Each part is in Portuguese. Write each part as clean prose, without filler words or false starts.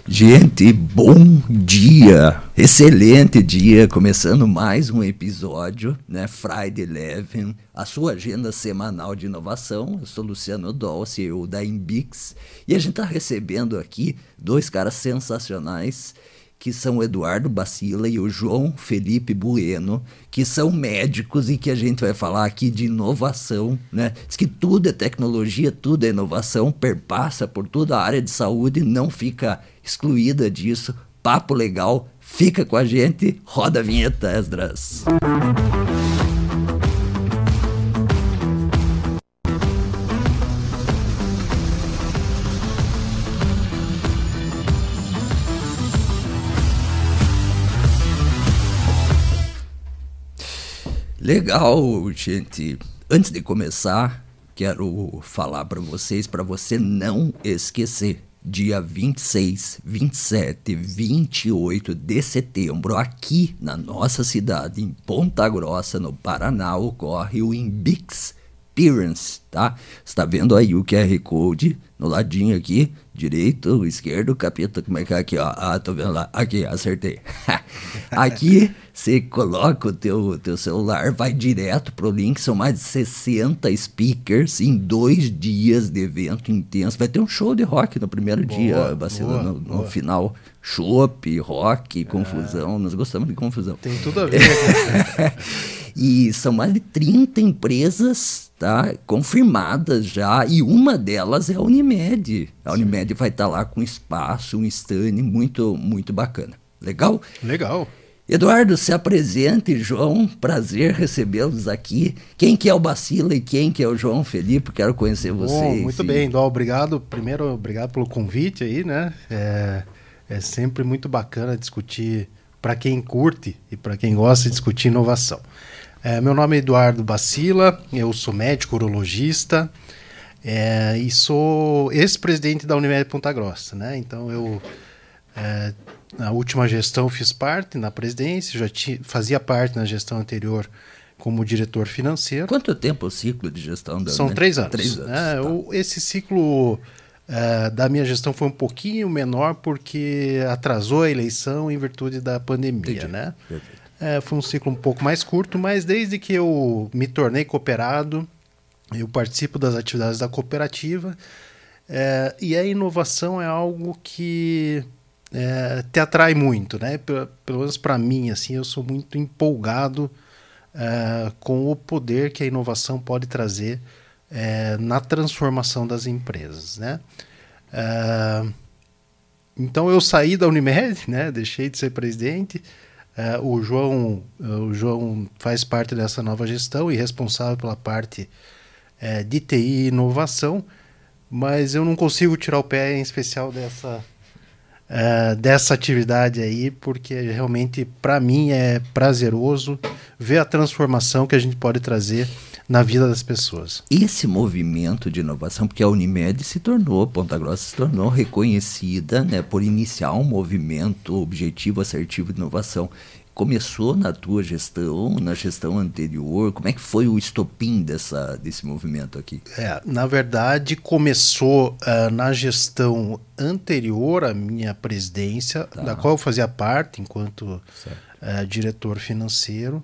Gente, bom dia, excelente dia, começando mais um episódio, né, Friday 11, a sua agenda semanal de inovação. Eu sou Luciano Doll, CEO da Imbix, e a gente está recebendo aqui dois caras sensacionais, que são o Eduardo Bacila e o João Felipe Bueno, que são médicos e que a gente vai falar aqui de inovação, né? Diz que tudo é tecnologia, tudo é inovação, perpassa por toda a área de saúde, não fica excluída disso. Papo legal, fica com a gente, roda a vinheta, Esdras. Legal, gente. Antes de começar, quero falar para você não esquecer. Dia 26, 27, 28 de setembro, aqui na nossa cidade, em Ponta Grossa, no Paraná, ocorre o Imbix Experience, tá? Você tá vendo aí o QR Code no ladinho aqui, direito, esquerdo, capeta, como é que é aqui, ó? Ah, tô vendo lá, aqui, acertei. Aqui, você coloca o teu celular, vai direto pro link, são mais de 60 speakers em 2 dias de evento intenso. Vai ter um show de rock no primeiro dia, Bacila, no final. Chopp, rock, confusão, nós gostamos de confusão. Tem tudo a ver. E são mais de 30 empresas, tá, confirmadas já, e uma delas é a Unimed. A Unimed vai estar lá com espaço, um stand muito, muito bacana. Legal? Legal. Eduardo, se apresente, João, prazer recebê-los aqui. Quem que é o Bacila e quem que é o João Felipe? Quero conhecer vocês. Muito bem, Dó, obrigado. Primeiro, obrigado pelo convite aí, né? É sempre muito bacana discutir, para quem curte e para quem gosta de discutir inovação. Meu nome é Eduardo Bacila, eu sou médico urologista e sou ex-presidente da Unimed Ponta Grossa, né? Então eu... na última gestão fiz parte na presidência, fazia parte na gestão anterior como diretor financeiro. Quanto tempo o ciclo de gestão da São 3 anos. 3 anos. Tá. Esse ciclo da minha gestão foi um pouquinho menor porque atrasou a eleição em virtude da pandemia. Entendi. Né? Foi um ciclo um pouco mais curto, mas desde que eu me tornei cooperado, eu participo das atividades da cooperativa e a inovação é algo que... te atrai muito, né? Pelo menos para mim, assim, eu sou muito empolgado com o poder que a inovação pode trazer na transformação das empresas, né? Então eu saí da Unimed, né? Deixei de ser presidente. O João faz parte dessa nova gestão e responsável pela parte de TI e inovação, mas eu não consigo tirar o pé, em especial dessa atividade aí, porque realmente para mim é prazeroso ver a transformação que a gente pode trazer na vida das pessoas. Esse movimento de inovação, porque a Unimed Ponta Grossa se tornou reconhecida, né, por iniciar um movimento objetivo, assertivo de inovação. Começou na tua gestão, na gestão anterior? Como é que foi o estopim desse movimento aqui? Na verdade, começou na gestão anterior à minha presidência, da qual eu fazia parte enquanto diretor financeiro.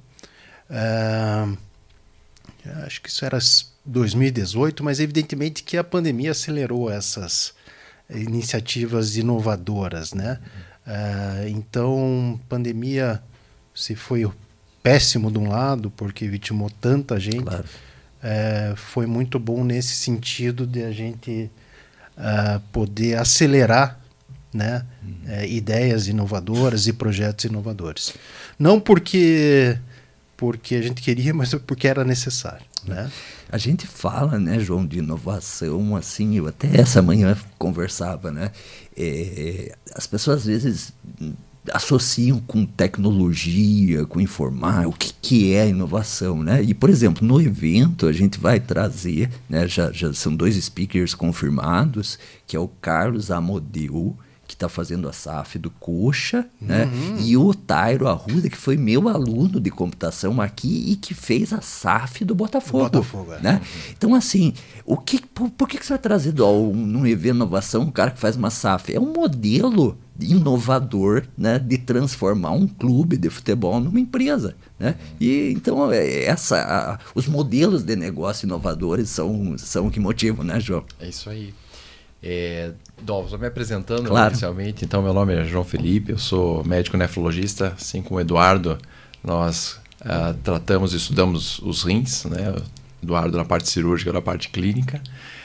Acho que isso era 2018, mas evidentemente que a pandemia acelerou essas iniciativas inovadoras, né? Então, pandemia... se foi péssimo de um lado, porque vitimou tanta gente, claro. Foi muito bom nesse sentido de a gente poder acelerar, né, ideias inovadoras e projetos inovadores. Não porque a gente queria, mas porque era necessário. Né? A gente fala, né, João, de inovação, assim, eu até essa manhã conversava, né? As pessoas às vezes... associam com tecnologia, com informar, o que é inovação, né? E, por exemplo, no evento a gente vai trazer, né, já são 2 speakers confirmados, que é o Carlos Amodeu, que está fazendo a SAF do Coxa, né? E o Tairo Arruda, que foi meu aluno de computação aqui e que fez a SAF do Botafogo. Né? Então, assim, por que você vai trazer num evento de inovação um cara que faz uma SAF? É um modelo inovador, né, de transformar um clube de futebol numa empresa, né? E então os modelos de negócio inovadores são o que motivam, né, João? É isso aí. Dom, só me apresentando inicialmente. Então, meu nome é João Felipe, eu sou médico nefrologista, assim como o Eduardo. Nós tratamos e estudamos os rins, né? Eduardo na parte cirúrgica, na parte clínica.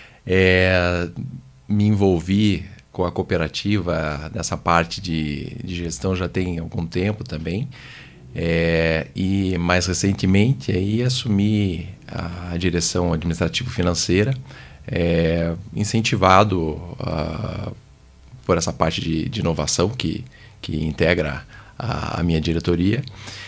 Me envolvi com a cooperativa nessa parte de gestão já tem algum tempo também. E mais recentemente aí assumi a direção administrativo-financeira, incentivado por essa parte de inovação que integra a minha diretoria.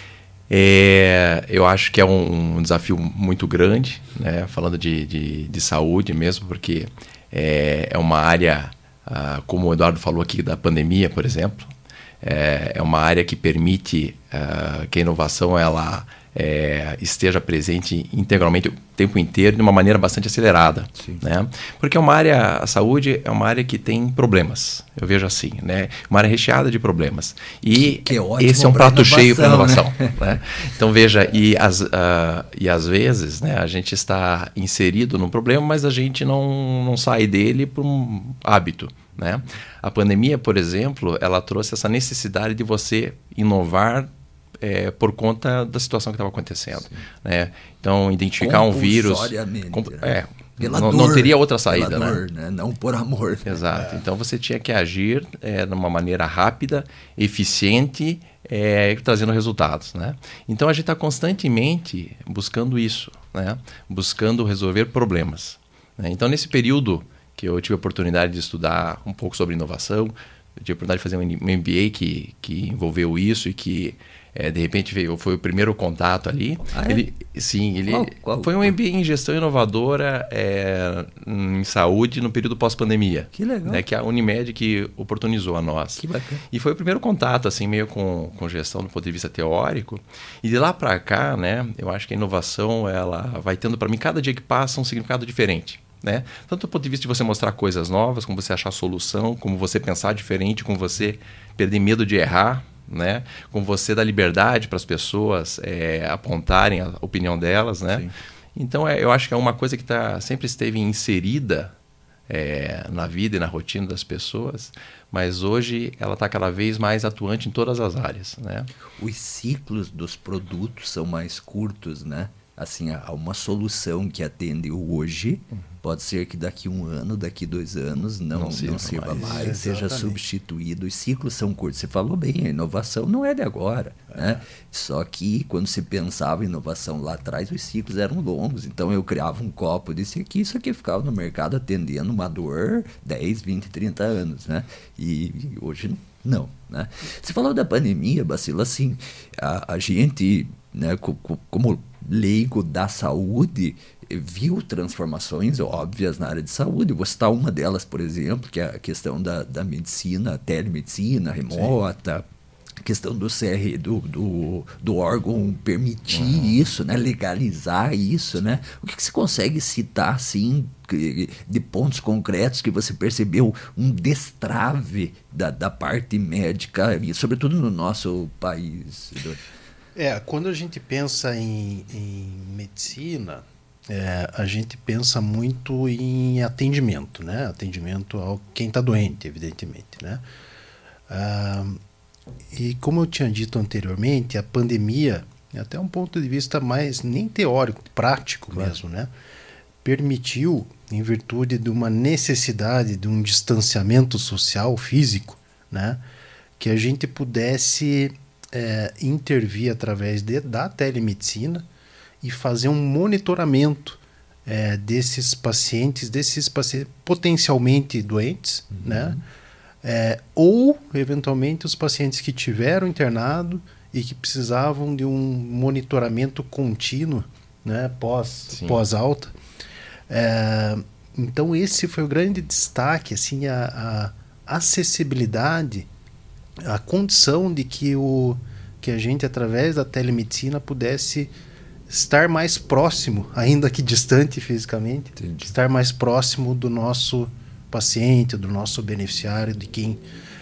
Eu acho que é um desafio muito grande, né? Falando de saúde mesmo, porque é uma área, como o Eduardo falou aqui da pandemia, por exemplo, é uma área que permite que a inovação ela esteja presente integralmente o tempo inteiro de uma maneira bastante acelerada, né? Porque a saúde é uma área que tem problemas, eu vejo assim, né? Uma área recheada de problemas e esse é um prato cheio para inovação, né? Então veja, e às vezes, né, a gente está inserido num problema, mas a gente não sai dele por um hábito, né? A pandemia, por exemplo, ela trouxe essa necessidade de você inovar por conta da situação que estava acontecendo, né? Então, identificar um vírus... não teria outra saída, pela dor, né? Não por amor. Exato. Então, você tinha que agir de uma maneira rápida, eficiente, trazendo resultados, né? Então, a gente está constantemente buscando isso, né? Buscando resolver problemas, né? Então, nesse período que eu tive a oportunidade de estudar um pouco sobre inovação, eu tive a oportunidade de fazer um MBA que envolveu isso e que de repente foi o primeiro contato ali. Qual? Foi um MBA em gestão inovadora em saúde no período pós-pandemia. Que legal. Né, que a Unimed que oportunizou a nós. Que bacana. E foi o primeiro contato, assim, meio com gestão do ponto de vista teórico. E de lá para cá, né, eu acho que a inovação ela vai tendo, para mim, cada dia que passa, um significado diferente, né? Tanto do ponto de vista de você mostrar coisas novas, como você achar solução, como você pensar diferente, como você perder medo de errar, né? Como você dar liberdade para as pessoas apontarem a opinião delas, né? Sim. Então eu acho que é uma coisa que sempre esteve inserida na vida e na rotina das pessoas, mas hoje ela está cada vez mais atuante em todas as áreas, né? Os ciclos dos produtos são mais curtos, né? Assim, há uma solução que atende o hoje, pode ser que daqui 1 ano, daqui 2 anos não sirva mais, seja substituído. Os ciclos são curtos. Você falou bem, a inovação não é de agora, né? Só que quando se pensava em inovação lá atrás, os ciclos eram longos. Então eu criava um copo desse aqui, isso aqui ficava no mercado atendendo uma dor 10, 20, 30 anos, né? E hoje não, né? Você falou da pandemia, Bacilo, assim, a gente, né, como leigo da saúde, viu transformações óbvias na área de saúde. Vou citar uma delas, por exemplo, que é a questão da medicina, telemedicina remota, a questão do órgão permitir isso, né? Legalizar isso, né? O que você consegue citar, assim, de pontos concretos que você percebeu um destrave da parte médica, e sobretudo no nosso país? Quando a gente pensa em medicina, a gente pensa muito em atendimento, né? Atendimento ao quem está doente, evidentemente, né? E como eu tinha dito anteriormente, a pandemia, até um ponto de vista mais nem teórico, prático mesmo, né? Permitiu, em virtude de uma necessidade de um distanciamento social, físico, né? Que a gente pudesse intervir através da telemedicina e fazer um monitoramento desses pacientes potencialmente doentes, né? Ou, eventualmente, os pacientes que tiveram internado e que precisavam de um monitoramento contínuo, né? Pós-alta. Então, esse foi o grande destaque, assim, a acessibilidade, a condição de que a gente, através da telemedicina, pudesse estar mais próximo, ainda que distante fisicamente, estar mais próximo do nosso paciente, do nosso beneficiário, de quem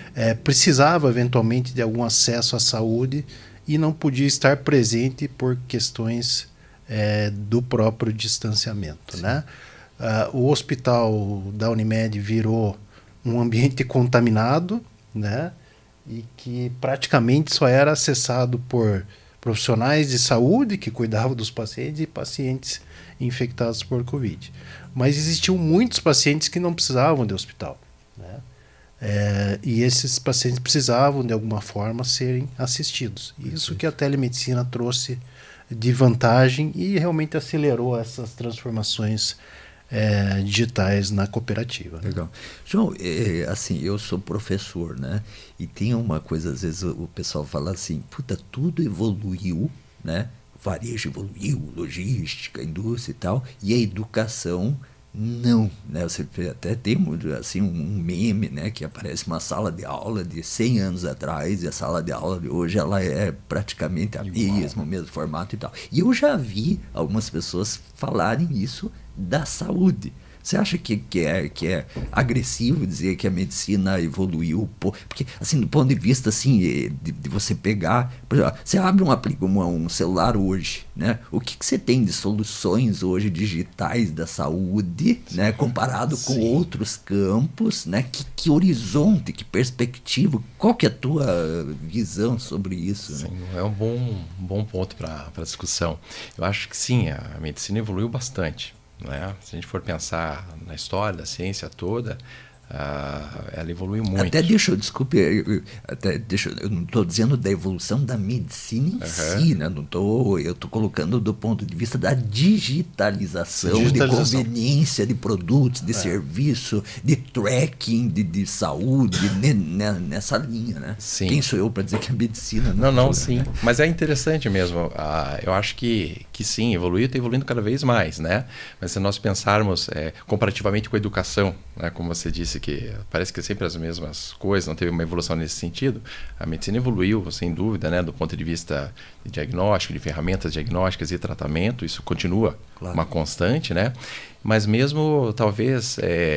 precisava eventualmente de algum acesso à saúde e não podia estar presente por questões do próprio distanciamento, né? O hospital da Unimed virou um ambiente contaminado, né? E que praticamente só era acessado por profissionais de saúde que cuidavam dos pacientes e pacientes infectados por Covid. Mas existiam muitos pacientes que não precisavam de hospital, né? E esses pacientes precisavam, de alguma forma, serem assistidos. Isso que a telemedicina trouxe de vantagem e realmente acelerou essas transformações digitais na cooperativa. Legal. João, assim, eu sou professor, né? E tem uma coisa, às vezes o pessoal fala assim, puta, tudo evoluiu, né? O varejo evoluiu, logística, indústria e tal, e a educação não, né? Você até tem assim, um meme, né? Que aparece uma sala de aula de 100 anos atrás e a sala de aula de hoje ela é praticamente a mesma, o mesmo formato e tal. E eu já vi algumas pessoas falarem isso da saúde. Você acha que é agressivo dizer que a medicina evoluiu? Porque, assim, do ponto de vista assim, de você pegar... Por exemplo, você abre um celular hoje, né? O que você tem de soluções hoje digitais da saúde, né? Comparado com outros campos, né? Que horizonte, que perspectiva? Qual que é a tua visão sobre isso? Sim, né? É um bom ponto para a discussão. Eu acho que sim, a medicina evoluiu bastante. Né? Se a gente for pensar na história da ciência toda, ela evoluiu muito. Até eu não estou dizendo da evolução da medicina em si, né? Eu estou colocando do ponto de vista da digitalização, de conveniência de produtos, de serviço, de tracking, de saúde, nessa linha, né? Sim. Quem sou eu para dizer que a medicina não, sim. Né? Mas é interessante mesmo. Eu acho que sim, evoluiu e está evoluindo cada vez mais, né? Mas se nós pensarmos comparativamente com a educação, né? Como você disse, que parece que é sempre as mesmas coisas, não teve uma evolução nesse sentido. A medicina evoluiu, sem dúvida, né, do ponto de vista de diagnóstico, de ferramentas diagnósticas e tratamento, isso continua uma constante, né? Mas mesmo, talvez,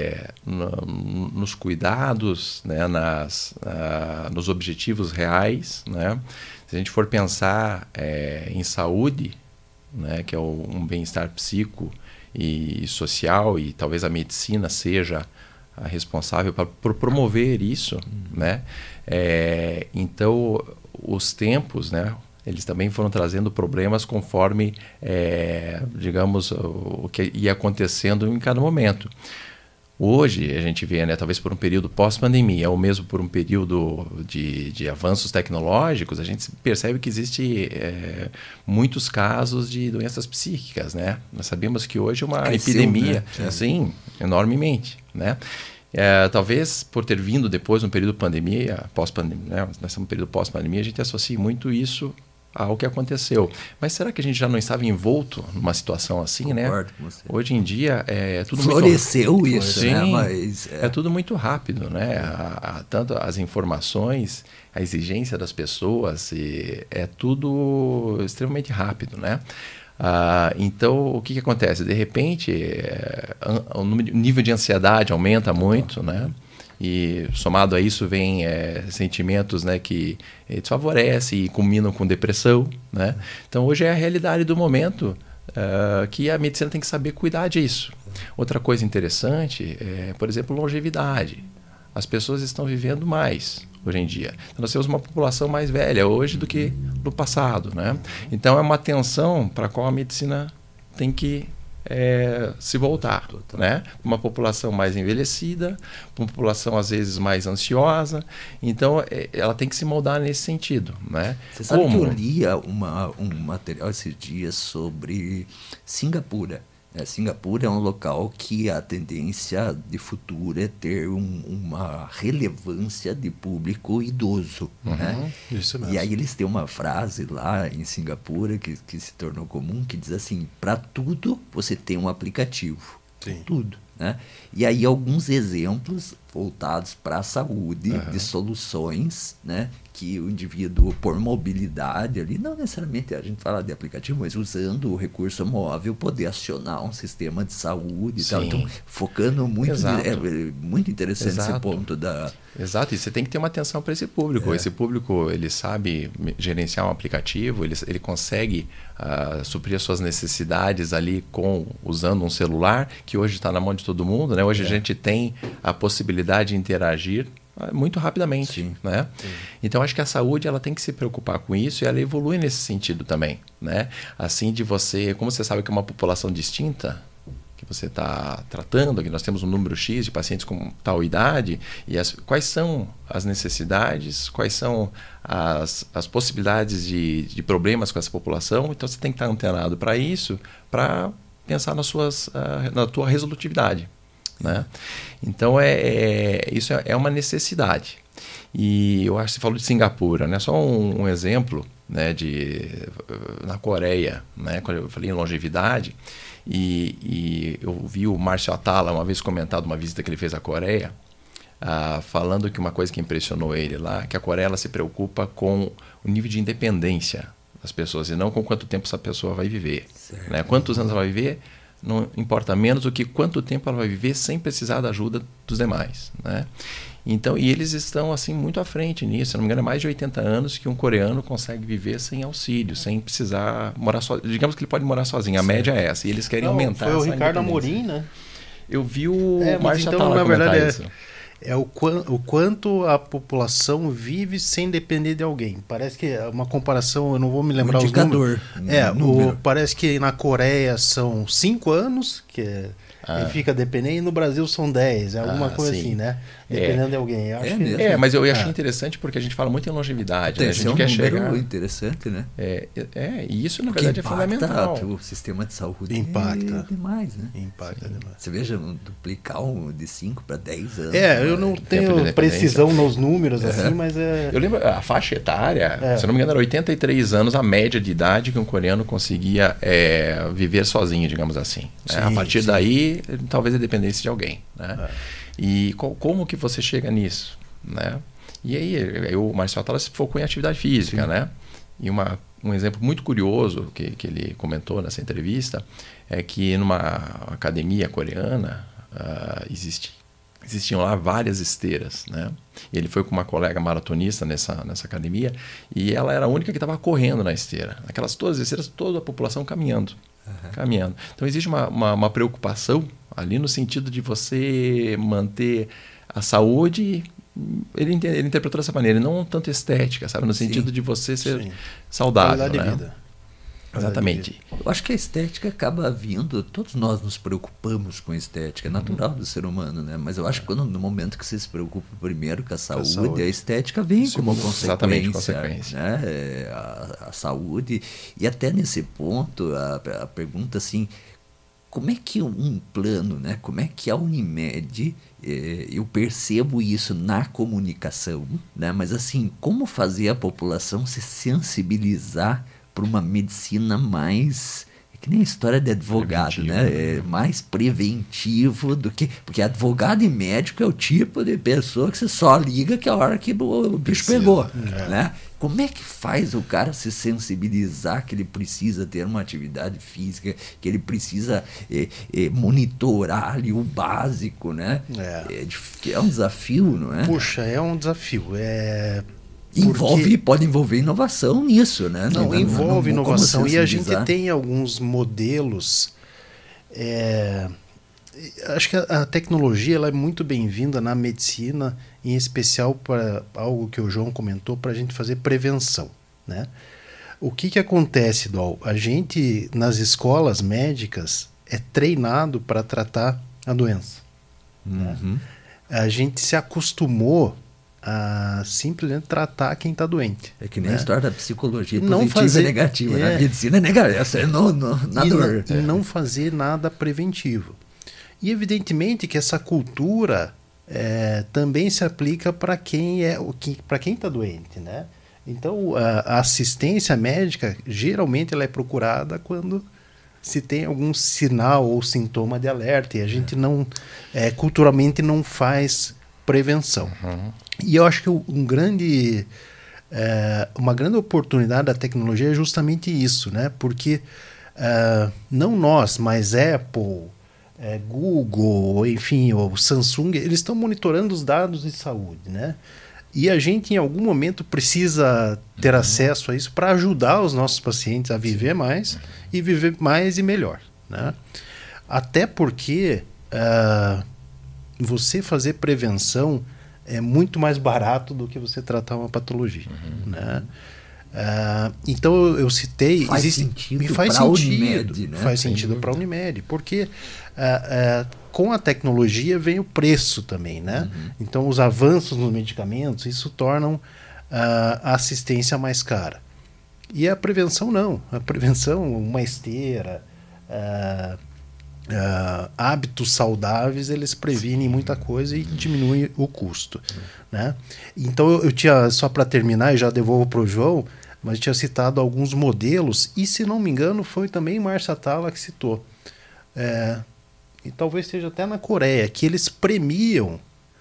nos cuidados, né, nos objetivos reais, né? Se a gente for pensar em saúde, né, que é um bem-estar psíquico e social, e talvez a medicina seja a responsável por promover isso, né? Então, os tempos, né, eles também foram trazendo problemas conforme, digamos, o que ia acontecendo em cada momento. Hoje, a gente vê, né, talvez por um período pós-pandemia, ou mesmo por um período de avanços tecnológicos, a gente percebe que existe muitos casos de doenças psíquicas, né? Nós sabemos que hoje é uma epidemia, né? Sim, enormemente, né? Talvez por ter vindo depois de um período de pandemia, pós-pandemia, né? Nós estamos no período pós-pandemia, a gente associa muito isso ao que aconteceu. Mas será que a gente já não estava envolto numa situação assim, Concordo, né? com você. Hoje em dia é tudo floresceu muito... isso, Sim, né? Mas é tudo muito rápido, né? Tanto as informações, a exigência das pessoas, é tudo extremamente rápido, né? Então, o que acontece? De repente, o nível de ansiedade aumenta muito, né? E somado a isso vem sentimentos, né, que desfavorecem e culminam com depressão, né? Então hoje é a realidade do momento que a medicina tem que saber cuidar disso. Outra coisa interessante é, por exemplo, longevidade. As pessoas estão vivendo mais hoje em dia. Então, nós temos uma população mais velha hoje do que no passado, né? Então é uma atenção para a qual a medicina tem que se voltar, né? Uma população mais envelhecida, uma população às vezes mais ansiosa, então ela tem que se moldar nesse sentido, né? Você sabe que eu lia um material esses dias sobre Singapura. Singapura é um local que a tendência de futuro é ter uma relevância de público idoso. Né? Isso mesmo. E aí eles têm uma frase lá em Singapura que se tornou comum, que diz assim, para tudo você tem um aplicativo. Sim. Tudo. Né? E aí alguns exemplos voltados para a saúde, de soluções, né, que o indivíduo, por mobilidade ali, não necessariamente a gente fala de aplicativo, mas usando o recurso móvel, poder acionar um sistema de saúde e tal. Então, focando muito, é muito interessante esse ponto da... Exato, e você tem que ter uma atenção para esse público. Esse público, ele sabe gerenciar um aplicativo, ele consegue suprir as suas necessidades ali usando um celular, que hoje está na mão de todo mundo, né? Hoje a gente tem a possibilidade de interagir muito rapidamente, né? Então acho que a saúde ela tem que se preocupar com isso e ela evolui nesse sentido também, né? Assim de você, como você sabe que é uma população distinta que você está tratando, que nós temos um número X de pacientes com tal idade, e quais são as necessidades, quais são as possibilidades de problemas com essa população. Então você tem que estar antenado para isso, para pensar na tua resolutividade, né? Então isso é uma necessidade. E eu acho que você falou de Singapura, né? Só um exemplo, né, na Coreia, né? Quando eu falei em longevidade, e eu vi o Márcio Atala uma vez comentado uma visita que ele fez à Coreia, falando que uma coisa que impressionou ele lá, que a Coreia ela se preocupa com o nível de independência das pessoas e não com quanto tempo essa pessoa vai viver, né? Quantos anos ela vai viver não importa menos do que quanto tempo ela vai viver sem precisar da ajuda dos demais, né? Então, e eles estão assim muito à frente nisso. Se não me engano, é mais de 80 anos que um coreano consegue viver sem auxílio, sem precisar morar sozinho. Digamos que ele pode morar sozinho, a média é essa. E eles querem aumentar essa independência. Foi o Ricardo Amorim, né? Eu vi o Márcio então, Atala comentar isso. É o quanto a população vive sem depender de alguém. Parece que é uma comparação, eu não vou me lembrar os números. Parece que na Coreia são 5 anos, que e fica dependendo, e no Brasil são 10, alguma coisa assim, né? Dependendo de alguém. Eu acho mas eu achei interessante porque a gente fala muito em longevidade, né? A gente quer chegar... interessante, né? E isso na verdade é fundamental. O sistema de saúde impacta demais, né? Impacta demais. Você veja, duplicar de 5 para 10 anos. Eu não tenho precisão nos números, assim, mas Eu lembro, a faixa etária, se não me engano, era 83 anos a média de idade que um coreano conseguia viver sozinho, digamos assim. Sim, a partir daí, talvez ele dependesse de alguém, né? E como que você chega nisso, né? E aí o Márcio Atala se focou em atividade física, né? E um exemplo muito curioso que ele comentou nessa entrevista é que numa academia coreana existiam lá várias esteiras, né? E ele foi com uma colega maratonista nessa academia e ela era a única que estava correndo na esteira. Aquelas todas as esteiras, toda a população caminhando. Então existe uma preocupação ali no sentido de você manter a saúde. Ele interpretou dessa maneira, não tanto estética, sabe? No sentido de você ser saudável, qualidade né? de vida. Exatamente. Eu acho que a estética acaba vindo, todos nós nos preocupamos com a estética, é natural do ser humano, né? Mas eu acho que no momento que você se preocupa primeiro com a saúde, a estética vem como consequência, né? A saúde, e até nesse ponto, a pergunta assim, como é que um plano, né? Como é que a Unimed, eu percebo isso na comunicação, né? Mas assim, como fazer a população se sensibilizar para uma medicina mais, que nem a história de advogado, né? Mais preventivo do que... Porque advogado e médico é o tipo de pessoa que você só liga que é a hora que o bicho pegou, né? Como é que faz o cara se sensibilizar que ele precisa ter uma atividade física, que ele precisa monitorar ali o básico, né? É um desafio, não é? Puxa, é um desafio. Pode envolver inovação nisso, né? Não, envolve inovação. E a gente tem alguns modelos. Acho que a tecnologia ela é muito bem-vinda na medicina, em especial para algo que o João comentou, para a gente fazer prevenção, né? O que acontece, Dol? A gente, nas escolas médicas, é treinado para tratar a doença. Né? A gente se acostumou a simplesmente tratar quem está doente. É que nem a história da psicologia positiva e negativa. Na medicina é negativa, essa é na dor. E não fazer nada preventivo. E evidentemente que essa cultura também se aplica para quem está doente, né? Então a assistência médica geralmente ela é procurada quando se tem algum sinal ou sintoma de alerta, e a gente não culturalmente não faz prevenção. E eu acho que uma grande oportunidade da tecnologia é justamente isso, né? Porque não nós, mas Apple, Google, enfim, o Samsung, eles estão monitorando os dados de saúde, né? E a gente, em algum momento, precisa ter acesso a isso para ajudar os nossos pacientes a viver mais e viver mais e melhor, né? Até porque você fazer prevenção é muito mais barato do que você tratar uma patologia, né? Então eu citei... Faz sentido para a Unimed, né? Faz sentido para a Unimed, porque com a tecnologia vem o preço também, né? Então os avanços nos medicamentos, isso tornam a assistência mais cara. E a prevenção não. A prevenção, uma esteira, hábitos saudáveis, eles previnem muita coisa e diminuem o custo, né? Então eu tinha, só para terminar, e já devolvo para o João, mas eu tinha citado alguns modelos, e se não me engano foi também Márcia Atala que citou, e talvez seja até na Coreia, que eles premiam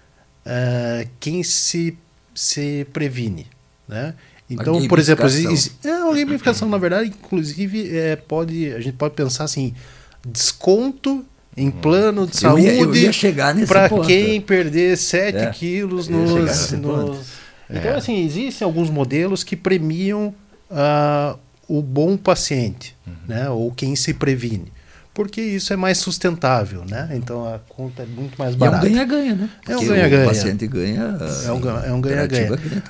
quem se previne, né? Então, por exemplo, a gamificação, na verdade, inclusive, a gente pode pensar assim, desconto em plano de saúde para quem perder 7 quilos Então, assim, existem alguns modelos que premiam o bom paciente, né? Ou quem se previne. Porque isso é mais sustentável, né? Então a conta é muito mais barata. É um ganha-ganha, né? É um ganha-ganha. O paciente ganha. É um ganha-ganha.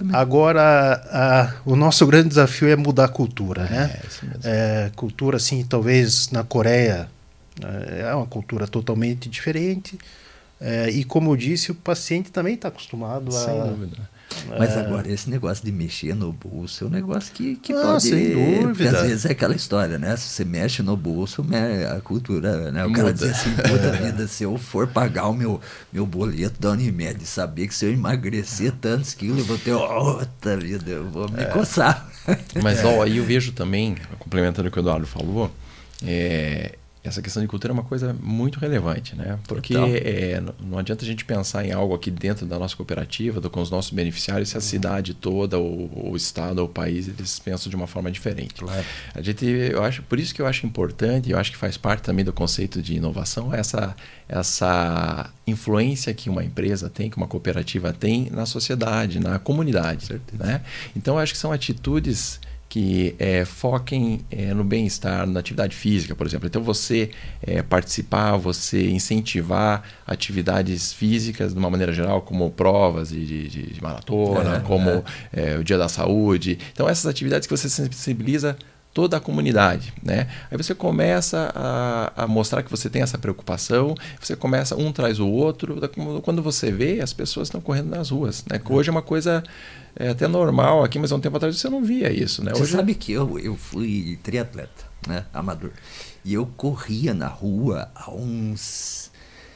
Agora, o nosso grande desafio é mudar a cultura, né? Cultura, assim, talvez na Coreia é uma cultura totalmente diferente. E como eu disse, o paciente também está acostumado a... Sem dúvida. Mas agora, esse negócio de mexer no bolso é um negócio que pode... Sem dúvida. Porque às vezes é aquela história, né? Se você mexe no bolso, a cultura, né? O cara diz assim, puta vida, se eu for pagar o meu boleto da Unimed e saber que se eu emagrecer tantos quilos, eu vou ter outra vida, eu vou me coçar. Mas aí eu vejo também, complementando o que o Eduardo falou, essa questão de cultura é uma coisa muito relevante, né? Porque não adianta a gente pensar em algo aqui dentro da nossa cooperativa, com os nossos beneficiários, se a cidade toda, o estado, ou o país, eles pensam de uma forma diferente. Claro. Por isso que eu acho importante, eu acho que faz parte também do conceito de inovação, essa influência que uma empresa tem, que uma cooperativa tem na sociedade, na comunidade, né? Então, eu acho que são atitudes que foquem no bem-estar, na atividade física, por exemplo. Então, você participar, você incentivar atividades físicas de uma maneira geral, como provas de maratona, como o Dia da Saúde. Então, essas atividades que você sensibiliza toda a comunidade, né? Aí você começa a mostrar que você tem essa preocupação, você começa, um traz o outro, quando você vê, as pessoas estão correndo nas ruas, né? Que hoje é uma coisa até normal aqui, mas há um tempo atrás você não via isso, né? Você sabe que eu fui triatleta, né? Amador, e eu corria na rua há uns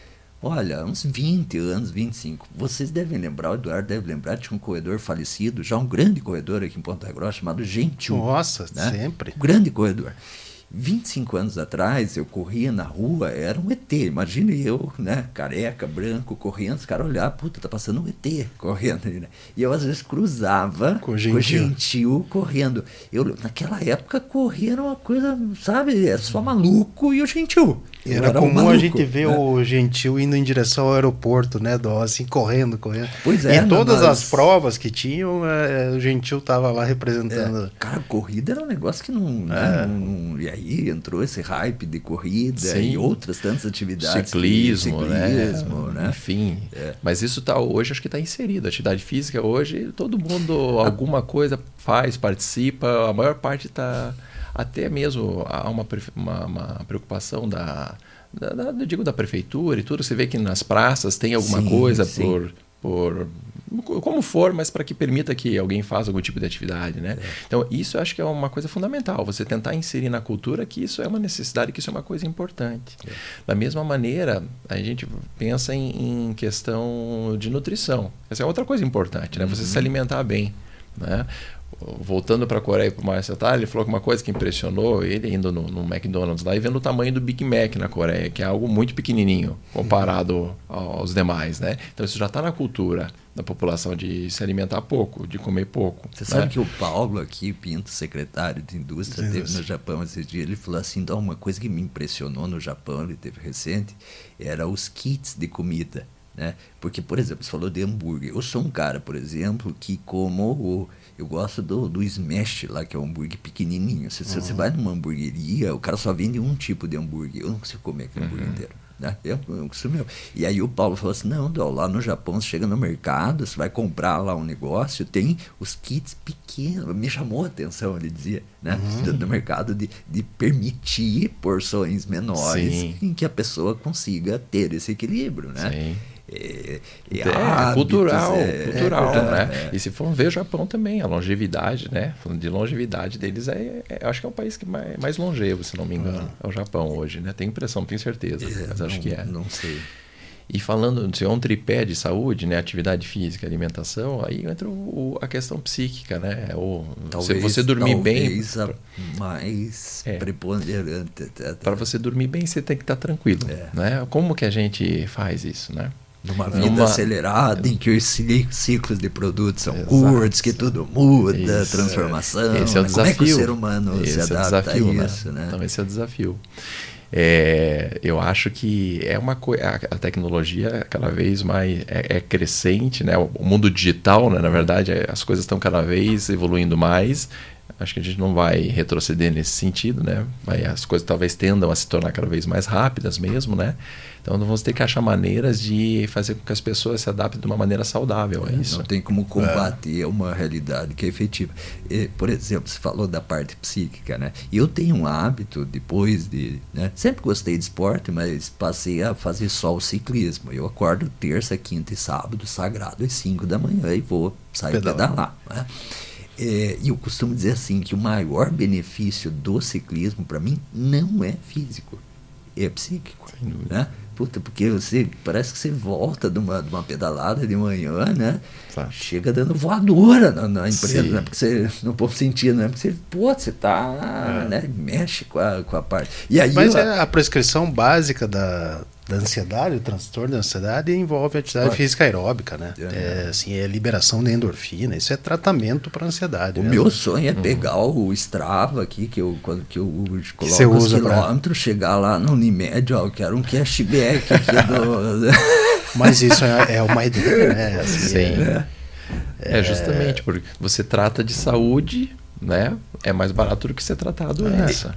20 anos, 25. Vocês devem lembrar, o Eduardo deve lembrar, tinha um corredor falecido, já um grande corredor aqui em Ponta Grossa, chamado Gentil. Nossa, né? Sempre. Um grande corredor. 25 anos atrás, eu corria na rua, era um ET, imagine eu, né, careca, branco, correndo, os caras olhavam, puta, tá passando um ET correndo ali, né? E eu às vezes cruzava com o Gentil correndo. Eu, naquela época, corria era uma coisa, sabe, só maluco e o Gentil. Era comum maluco, a gente ver, né, o Gentil indo em direção ao aeroporto, né, assim, correndo. Pois é. E todas as provas que tinham, o Gentil estava lá representando. Cara, corrida era um negócio que não... E aí entrou esse hype de corrida. Sim. E outras tantas atividades. Ciclismo, né? Enfim. Mas isso hoje acho que está inserido. A atividade física hoje, todo mundo alguma coisa faz, participa, a maior parte está... Até mesmo há uma preocupação da prefeitura e tudo. Você vê que nas praças tem alguma coisa por como for, mas para que permita que alguém faça algum tipo de atividade, né? Então, isso eu acho que é uma coisa fundamental. Você tentar inserir na cultura que isso é uma necessidade, que isso é uma coisa importante. Da mesma maneira, a gente pensa em questão de nutrição. Essa é outra coisa importante, né? Você se alimentar bem, né? voltando para a Coreia, para o Márcio Atali, ele falou que uma coisa que impressionou ele indo no McDonald's lá e vendo o tamanho do Big Mac na Coreia, que é algo muito pequenininho comparado aos demais, né? Então isso já está na cultura da população de se alimentar pouco, de comer pouco. Você sabe que o Paulo aqui, Pinto, secretário de Indústria, teve no Japão esses dias, ele falou assim, então uma coisa que me impressionou no Japão, ele teve recente, era os kits de comida, né? Porque, por exemplo, você falou de hambúrguer. Eu sou um cara, por exemplo, que eu gosto do smash lá, que é um hambúrguer pequenininho. Se você vai numa hamburgueria, o cara só vende um tipo de hambúrguer. Eu não consigo comer aquele hambúrguer inteiro. Né? Eu consumo. E aí o Paulo falou assim, não, lá no Japão, você chega no mercado, você vai comprar lá um negócio, tem os kits pequenos. Me chamou a atenção, ele dizia, né? Do mercado de permitir porções menores em que a pessoa consiga ter esse equilíbrio, né? Sim. Hábitos, cultural, né? E se for ver o Japão também, a longevidade, né? Falando de longevidade deles, acho que é o país que mais longevo, se não me engano, é o Japão hoje, né? Tenho impressão, não tenho certeza, mas acho que é. Não sei. E falando de um tripé de saúde, né? Atividade física, alimentação, aí entra a questão psíquica, né? Se você dormir bem, mais preponderante. Para você dormir bem, você tem que estar tranquilo, né? Como que a gente faz isso, né? Numa vida acelerada, em que os ciclos de produtos são curtos, que tudo muda, transformação. Esse é o desafio. Como é que o ser humano se adapta a isso? Né? Então, esse é o desafio. Eu acho que a tecnologia cada vez mais é crescente, né? O mundo digital, né? Na verdade, as coisas estão cada vez evoluindo mais. Acho que a gente não vai retroceder nesse sentido, né? As coisas talvez tendam a se tornar cada vez mais rápidas mesmo, né? Então vamos ter que achar maneiras de fazer com que as pessoas se adaptem de uma maneira saudável a isso. Não tem como combater uma realidade que é efetiva. Por exemplo, você falou da parte psíquica, né? Eu tenho um hábito, depois de... Né? Sempre gostei de esporte, mas passei a fazer só o ciclismo. Eu acordo terça, quinta e sábado, sagrado, às 5 da manhã e vou sair pedalar. Né? E eu costumo dizer assim, que o maior benefício do ciclismo, para mim, não é físico, é psíquico. Né? Porque parece que você volta de uma pedalada de manhã, né? Claro. Chega dando voadora na empresa, né? Porque você não pode sentir, né? Porque você tá, né? Mexe com a parte. E aí, mas a prescrição básica da ansiedade, o transtorno da ansiedade envolve atividade física aeróbica, né? É liberação de endorfina, isso é tratamento para ansiedade. O meu sonho é pegar o Strava aqui, quando eu coloco os quilômetros, chegar lá no Unimed, eu quero um cashback aqui Mas isso é uma ideia, né? Assim, justamente porque você trata de saúde, né? É mais barato do que ser tratar a doença.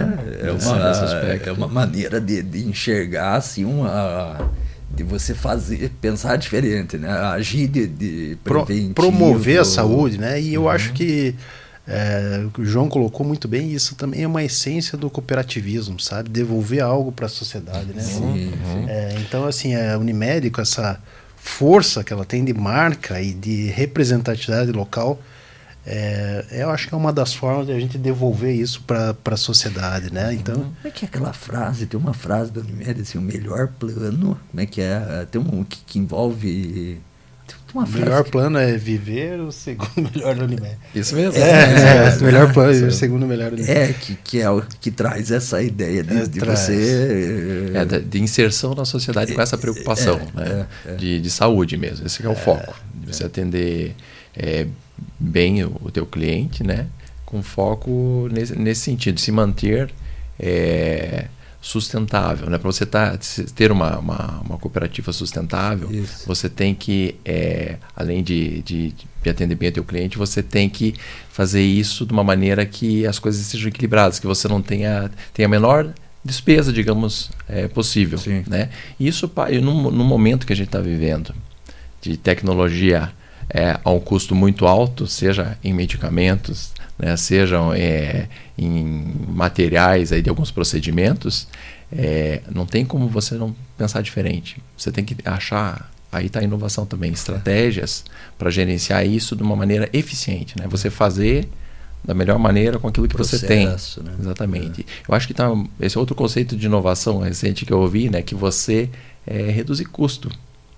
É uma maneira de enxergar assim, de você pensar diferente, né? Agir de preventivo. Promover a saúde, né? E eu acho que o João colocou muito bem, isso também é uma essência do cooperativismo, sabe? Devolver algo para a sociedade, né? Então, assim, a Unimed, com essa força que ela tem de marca e de representatividade local, eu acho que é uma das formas de a gente devolver isso para a sociedade, né? Então, como é que é aquela frase? Tem uma frase da Unimed, assim, o melhor plano, como é que é? Tem que envolve... O melhor plano é viver, o segundo melhor da Unimed. Isso mesmo. O melhor plano é viver, o segundo melhor da Unimed. Que é o que traz essa ideia de você... de inserção na sociedade com essa preocupação, né? De saúde mesmo. Esse é o foco. De você atender bem o teu cliente, né? Com foco nesse sentido, se manter sustentável, né? Para você ter uma cooperativa sustentável, você tem que, além de atender bem o teu cliente, você tem que fazer isso de uma maneira que as coisas sejam equilibradas, que você não tenha a menor despesa, digamos, possível, né? Isso no momento que a gente está vivendo de tecnologia a um custo muito alto, seja em medicamentos, né, sejam em materiais aí de alguns procedimentos, não tem como você não pensar diferente. Você tem que achar, aí está a inovação também, estratégias para gerenciar isso de uma maneira eficiente, né? Você fazer da melhor maneira com aquilo que você tem. Né? Exatamente. Eu acho que esse é outro conceito de inovação recente que eu ouvi, né, que você reduzir custo.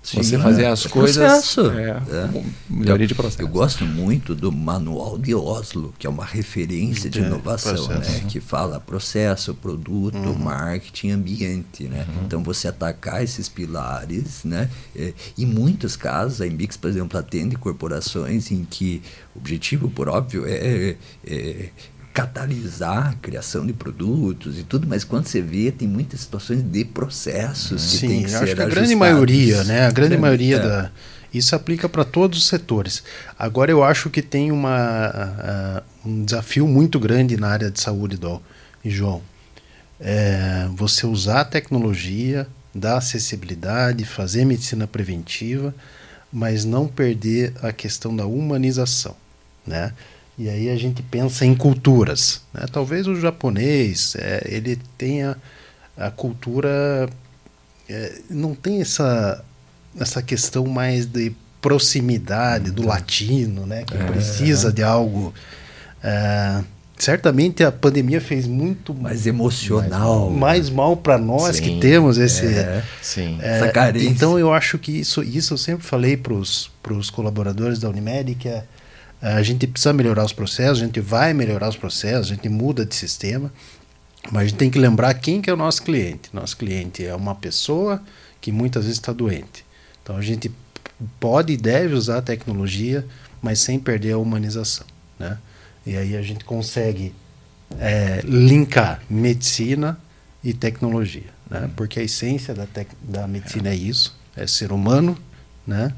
Você fazer as coisas... Processo. Melhoria de processo. Eu gosto muito do Manual de Oslo, que é uma referência de inovação, né? Que fala processo, produto, marketing, ambiente, né? Então, você atacar esses pilares, né? Em muitos casos, a Imbix, por exemplo, atende corporações em que o objetivo, por óbvio, é catalisar a criação de produtos e tudo, mas quando você vê, tem muitas situações de processos que tem que ser ajustados. Acho que a grande maioria, né? A grande maioria isso aplica para todos os setores. Agora eu acho que tem um desafio muito grande na área de saúde, João. Você usar a tecnologia, dar acessibilidade, fazer medicina preventiva, mas não perder a questão da humanização, né? E aí a gente pensa em culturas, né? Talvez o japonês ele tenha a cultura, não tem essa questão mais de proximidade do latino, né? Que precisa de algo. Certamente a pandemia fez muito mais emocional, mais mal para nós que temos essa carência. Então eu acho que isso eu sempre falei para os colaboradores da Unimed, que a gente precisa melhorar os processos, a gente vai melhorar os processos, a gente muda de sistema, mas a gente tem que lembrar quem que é o nosso cliente. Nosso cliente é uma pessoa que muitas vezes está doente. Então a gente pode e deve usar a tecnologia, mas sem perder a humanização, né? E aí a gente consegue linkar medicina e tecnologia, né? Porque a essência da medicina é isso, é ser humano, né?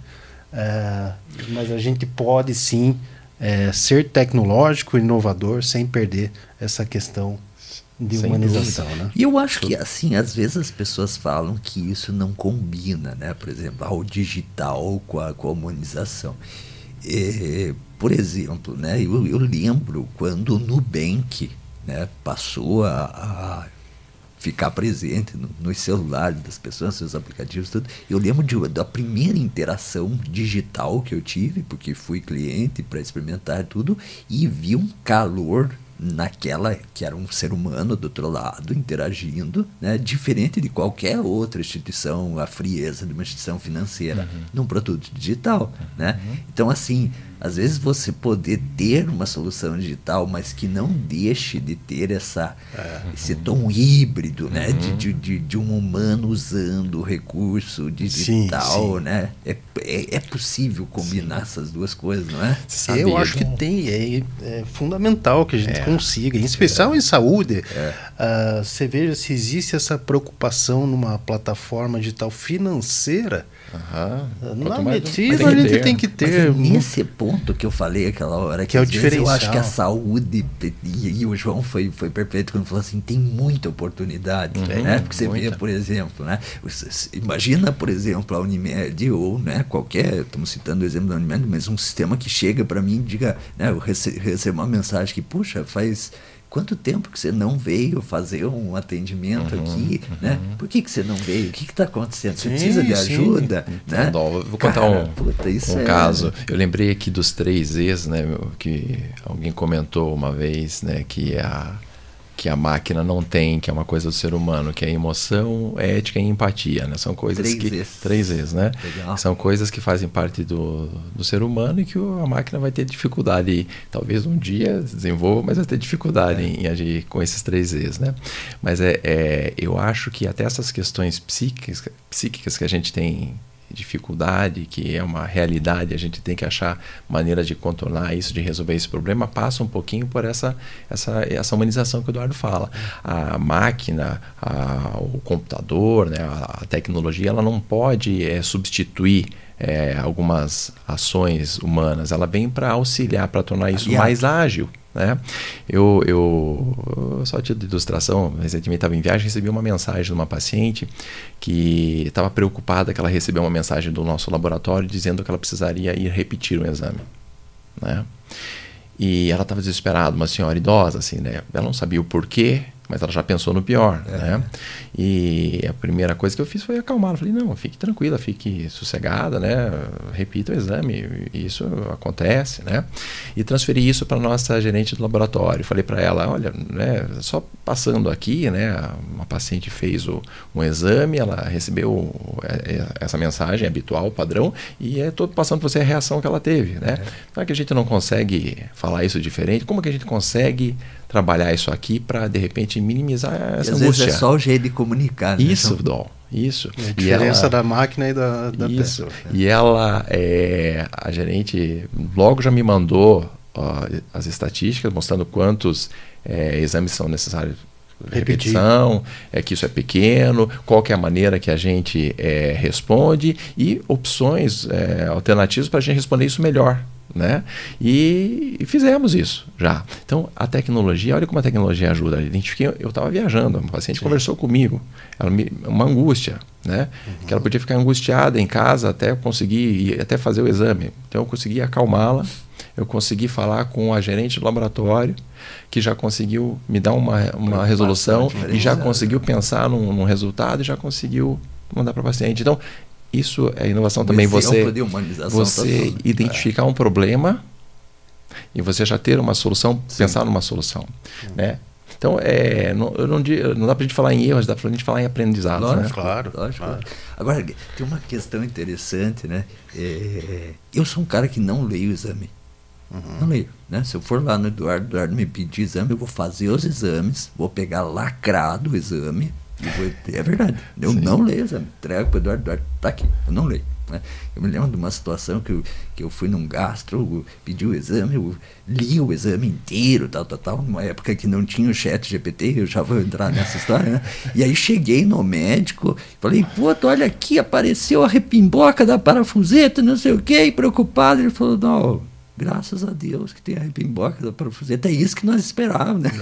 Mas a gente pode sim ser tecnológico, inovador, sem perder essa questão de humanização, né? E eu acho que, assim, às vezes as pessoas falam que isso não combina, né? Por exemplo, o digital com a humanização. Por exemplo, né? Eu lembro quando o Nubank, né, passou a ficar presente nos celulares das pessoas, seus aplicativos, tudo. Eu lembro da primeira interação digital que eu tive, porque fui cliente para experimentar tudo, e vi um calor naquela, que era um ser humano do outro lado, interagindo, né, diferente de qualquer outra instituição, a frieza de uma instituição financeira, num produto digital, né? Então, assim, às vezes você poder ter uma solução digital, mas que não deixe de ter esse tom híbrido, né, de um humano usando o recurso digital, né? É possível combinar essas duas coisas, não é? Eu acho que é fundamental que a gente consiga, em especial em saúde. Você veja se existe essa preocupação numa plataforma digital financeira. Na medicina a gente tem que ter. Mas nesse ponto que eu falei aquela hora, que é o diferencial. Eu acho que a saúde, e o João foi perfeito quando falou assim, tem muita oportunidade, né? Porque você vê, por exemplo, né? Imagina, por exemplo, a Unimed ou, né, qualquer, estamos citando o exemplo da Unimed, mas um sistema que chega para mim e diga, né, eu recebo uma mensagem que, puxa, faz quanto tempo que você não veio fazer um atendimento aqui, né? Por que você não veio? O que está acontecendo? Você precisa de ajuda, né? Eu vou contar um caso. Eu lembrei aqui dos 3Es, né? Que alguém comentou uma vez, né? Que a máquina não tem, que é uma coisa do ser humano, que é emoção, ética e empatia, né? São coisas 3Es, né? Legal. São coisas que fazem parte do ser humano e que a máquina vai ter dificuldade, talvez um dia desenvolva, mas vai ter dificuldade em agir com esses 3Es, né? Mas eu acho que até essas questões psíquicas que a gente tem dificuldade, que é uma realidade, a gente tem que achar maneiras de contornar isso, de resolver esse problema, passa um pouquinho por essa humanização que o Eduardo fala. A máquina, o computador, né, a tecnologia, ela não pode substituir algumas ações humanas, ela vem para auxiliar, para tornar isso mais ágil, né? Eu só título de ilustração, recentemente estava em viagem, recebi uma mensagem de uma paciente que estava preocupada, que ela recebeu uma mensagem do nosso laboratório dizendo que ela precisaria ir repetir um exame, né? E ela estava desesperada, uma senhora idosa, assim, né? Ela não sabia o porquê, mas ela já pensou no pior, né? E a primeira coisa que eu fiz foi acalmá-la. Falei, não, fique tranquila, fique sossegada, né? Repita o exame, isso acontece, né? E transferi isso para a nossa gerente do laboratório. Falei para ela, olha, né, só passando aqui, né? Uma paciente fez um exame, ela recebeu essa mensagem habitual, padrão, e estou passando para você a reação que ela teve, né? Então é que a gente não consegue falar isso diferente, como que a gente consegue trabalhar isso aqui para, de repente, minimizar essa angústia. Às vezes é só o jeito de comunicar, né? Isso, Dom, isso. A diferença da máquina e da pessoa. E ela, a gerente, logo já me mandou as estatísticas, mostrando quantos exames são necessários. Repetição, que isso é pequeno, qual que é a maneira que a gente responde e opções alternativas para a gente responder isso melhor, né? E fizemos isso já. Então a tecnologia, olha como a tecnologia ajuda. Eu estava viajando, uma paciente conversou comigo, uma angústia, né? Que ela podia ficar angustiada em casa até conseguir até fazer o exame. Então eu consegui acalmá-la. Eu consegui falar com a gerente do laboratório, que já conseguiu me dar uma resolução e já conseguiu pensar num resultado e já conseguiu mandar para o paciente. Então, isso é inovação também. Você identificar um problema e você já ter uma solução, pensar numa solução, né? Então, não dá para a gente falar em erros, dá para a gente falar em aprendizado. Lógico, né? Claro. Agora, tem uma questão interessante, né? Eu sou um cara que não leio o exame. Não leio, né? Se eu for lá no Eduardo me pedir exame, eu vou fazer os exames, vou pegar lacrado o exame, é verdade, eu não leio o exame, entrego para o Eduardo, tá aqui, eu não leio. Né? Eu me lembro de uma situação que eu fui num gastro, pedi o exame, eu li o exame inteiro, tal, numa época que não tinha o ChatGPT, eu já vou entrar nessa história, né? E aí cheguei no médico, falei, olha aqui, apareceu a repimboca da parafuseta, não sei o que, preocupado, ele falou, não, graças a Deus que tem a repimboca da parafuseta, é isso que nós esperávamos, né?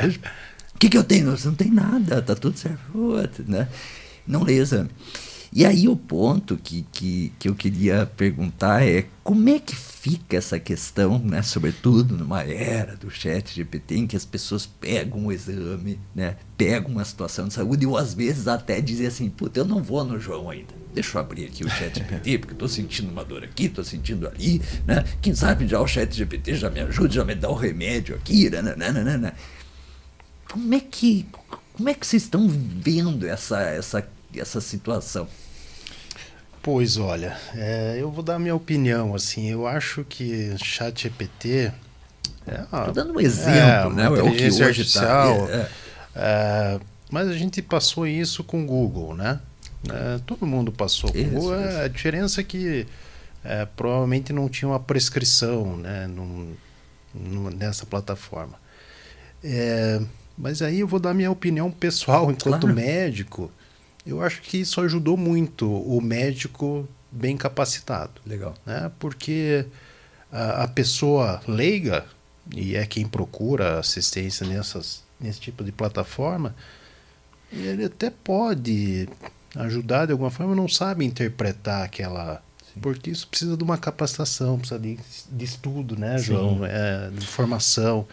O que eu tenho? Não tem nada, tá tudo certo, né? Não lê exame. E aí o ponto que eu queria perguntar é como é que fica essa questão, né, sobretudo numa era do ChatGPT, em que as pessoas pegam o exame, né, pegam uma situação de saúde e às vezes até dizem assim, puta, eu não vou no João ainda, deixa eu abrir aqui o ChatGPT, porque eu estou sentindo uma dor aqui, estou sentindo ali, né, quem sabe já o ChatGPT já me ajuda, já me dá o remédio aqui, né. Como é que vocês estão vendo essa situação? Pois olha, eu vou dar a minha opinião, assim, eu acho que ChatGPT... Estou dando um exemplo, né? É o que hoje artificial, mas a gente passou isso com o Google, né? Todo mundo passou com o Google, a diferença é que provavelmente não tinha uma prescrição, né, nessa plataforma. Mas aí eu vou dar a minha opinião pessoal enquanto médico. Eu acho que isso ajudou muito o médico bem capacitado. Legal. Né? Porque a pessoa leiga, e é quem procura assistência nesse tipo de plataforma, ele até pode ajudar de alguma forma, não sabe interpretar aquela... Sim. Porque isso precisa de uma capacitação, precisa de estudo, né, João? De formação.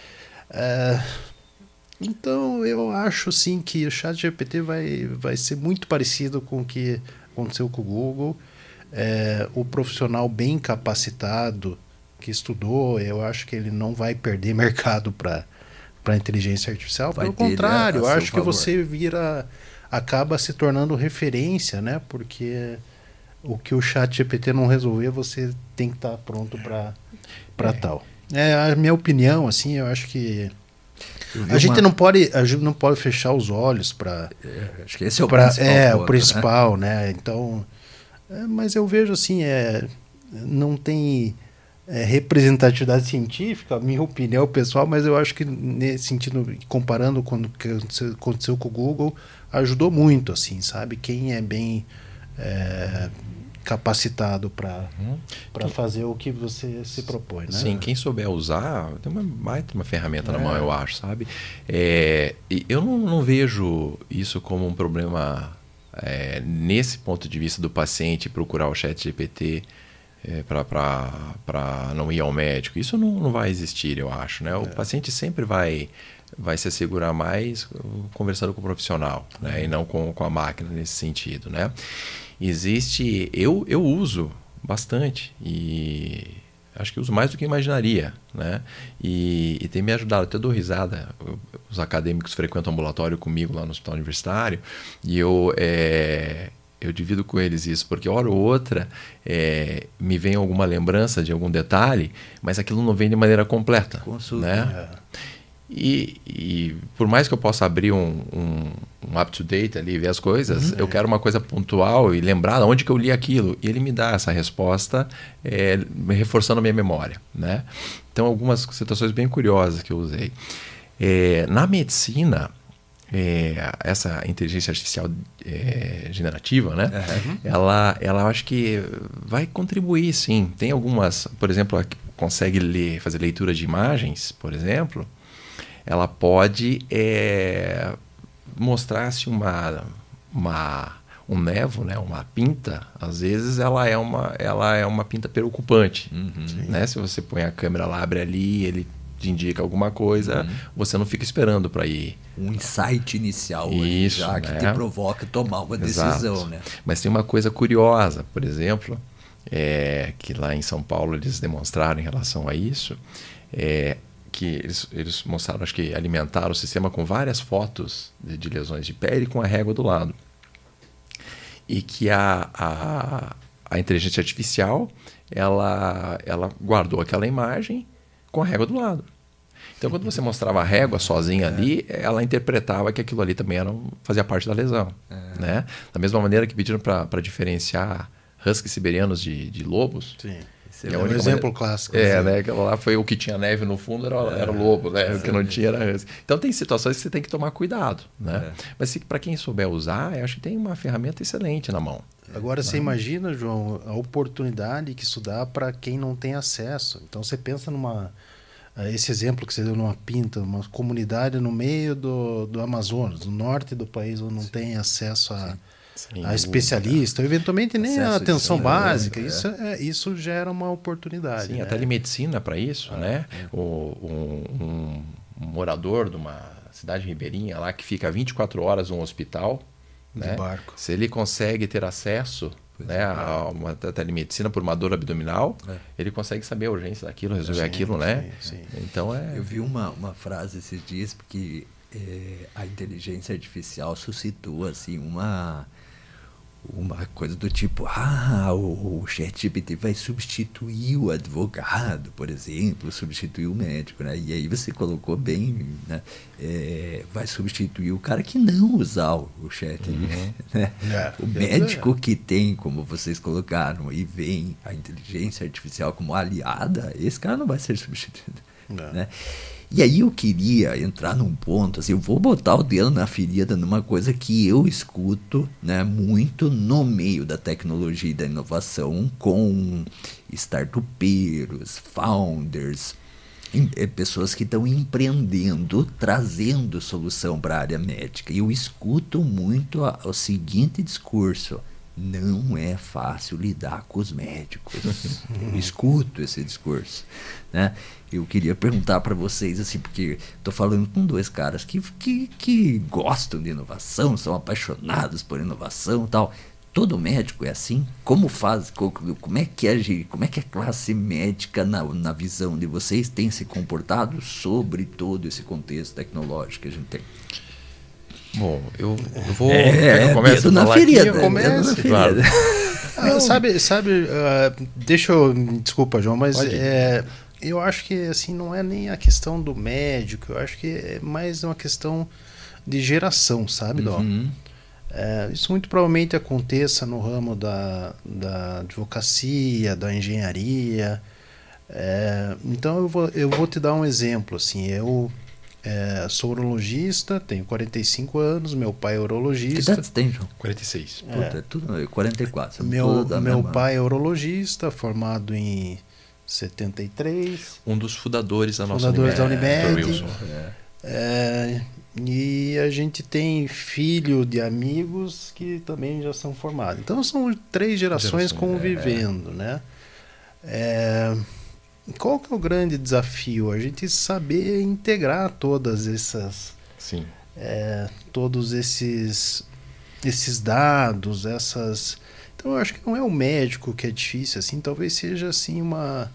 Então, eu acho sim que o ChatGPT vai ser muito parecido com o que aconteceu com o Google. O profissional bem capacitado que estudou, eu acho que ele não vai perder mercado para a inteligência artificial. Pelo contrário, eu acho que você acaba se tornando referência, né? Porque o que o ChatGPT não resolver, você tem que estar pronto para tal. A minha opinião, assim, eu acho que a gente não pode fechar os olhos para... acho que esse é o principal ponto, o principal, né? Então, mas eu vejo assim, não tem representatividade científica, a minha opinião pessoal, mas eu acho que nesse sentido, comparando com o que aconteceu com o Google, ajudou muito, assim, sabe? Quem é bem capacitado para fazer o que você se propõe, né? Sim, quem souber usar, tem uma ferramenta na mão, eu acho, sabe? Eu não vejo isso como um problema nesse ponto de vista do paciente procurar o ChatGPT para não ir ao médico. Isso não vai existir, eu acho, né? O paciente sempre vai vai se assegurar mais conversando com o profissional, né? E não com a máquina nesse sentido, né? Existe... Eu uso bastante e acho que uso mais do que imaginaria, né? E tem me ajudado, até dou risada. Os acadêmicos frequentam ambulatório comigo lá no hospital universitário e eu divido com eles isso, porque hora ou outra me vem alguma lembrança de algum detalhe, mas aquilo não vem de maneira completa. Consulta, né? E por mais que eu possa abrir um up-to-date ali e ver as coisas, eu quero uma coisa pontual e lembrar de onde que eu li aquilo. E ele me dá essa resposta reforçando a minha memória, né? Então, algumas situações bem curiosas que eu usei. Na medicina, essa inteligência artificial generativa, né? Ela acho que vai contribuir, sim. Tem algumas, por exemplo, a que consegue fazer leitura de imagens, por exemplo, ela pode mostrar se um névoa, né, uma pinta, às vezes ela é uma pinta preocupante, né? Se você põe a câmera lá, abre ali, ele te indica alguma coisa, você não fica esperando para ir. Um insight inicial isso, já que né? te provoca tomar uma decisão, né? Mas tem uma coisa curiosa, por exemplo, que lá em São Paulo eles demonstraram em relação a isso, que eles mostraram, acho que alimentaram o sistema com várias fotos de lesões de pele com a régua do lado. E que a inteligência artificial, ela guardou aquela imagem com a régua do lado. Então, quando você mostrava a régua sozinha ali, ela interpretava que aquilo ali também fazia parte da lesão. Né? Da mesma maneira que pediram para diferenciar huskies siberianos de lobos. Sim. É um exemplo clássico. Né? Aquela lá foi o que tinha neve no fundo, era o lobo, né? O que não tinha era husky. Então tem situações que você tem que tomar cuidado, né? Mas para quem souber usar, eu acho que tem uma ferramenta excelente na mão. Agora você imagina, João, a oportunidade que isso dá para quem não tem acesso. Então você pensa esse exemplo que você deu numa pinta, uma comunidade no meio do Amazonas, no norte do país, onde não tem acesso a especialista, ou eventualmente nem a atenção básica. Isso gera uma oportunidade. Sim, né? a telemedicina para isso, né? Um morador de uma cidade ribeirinha lá que fica 24 horas num hospital, né? Barco. Se ele consegue ter acesso, né, a uma telemedicina por uma dor abdominal, ele consegue saber a urgência daquilo, resolver aquilo, né? Sim. Então Eu vi uma frase esses dias porque a inteligência artificial suscitou assim uma coisa do tipo, o ChatGPT vai substituir o advogado, por exemplo, substituir o médico, né? E aí você colocou bem, né? Vai substituir o cara que não usar o chat, né? O médico que tem, como vocês colocaram, e vem a inteligência artificial como aliada, esse cara não vai ser substituído, né? E aí eu queria entrar num ponto, assim, eu vou botar o dedo na ferida numa coisa que eu escuto, né, muito no meio da tecnologia e da inovação com startupeiros, founders, pessoas que estão empreendendo, trazendo solução para a área médica. E eu escuto muito o seguinte discurso: não é fácil lidar com os médicos. Eu escuto esse discurso, né? Eu queria perguntar para vocês, assim, porque estou falando com dois caras que gostam de inovação, são apaixonados por inovação e tal. Todo médico é assim? Como faz? Como é que a classe médica, na visão de vocês, tem se comportado sobre todo esse contexto tecnológico que a gente tem? Bom, eu vou... eu começo na ferida. Claro. Desculpa, João, mas eu acho que assim, não é nem a questão do médico, eu acho que é mais uma questão de geração, sabe, Dó? Isso muito provavelmente aconteça no ramo da advocacia, da engenharia. Então eu vou te dar um exemplo. Assim, eu sou urologista, tenho 45 anos, meu pai é urologista. Que idade você tem, João? 46. Puta, tudo 44. Meu pai é urologista, formado em 73. Um dos fundadores da nossa Unimed. E a gente tem filho de amigos que também já são formados. Então são 3 gerações convivendo, né? qual que é o grande desafio? A gente saber integrar todas essas, Sim. todos esses dados, Então eu acho que não é o médico que é difícil, assim, talvez seja assim uma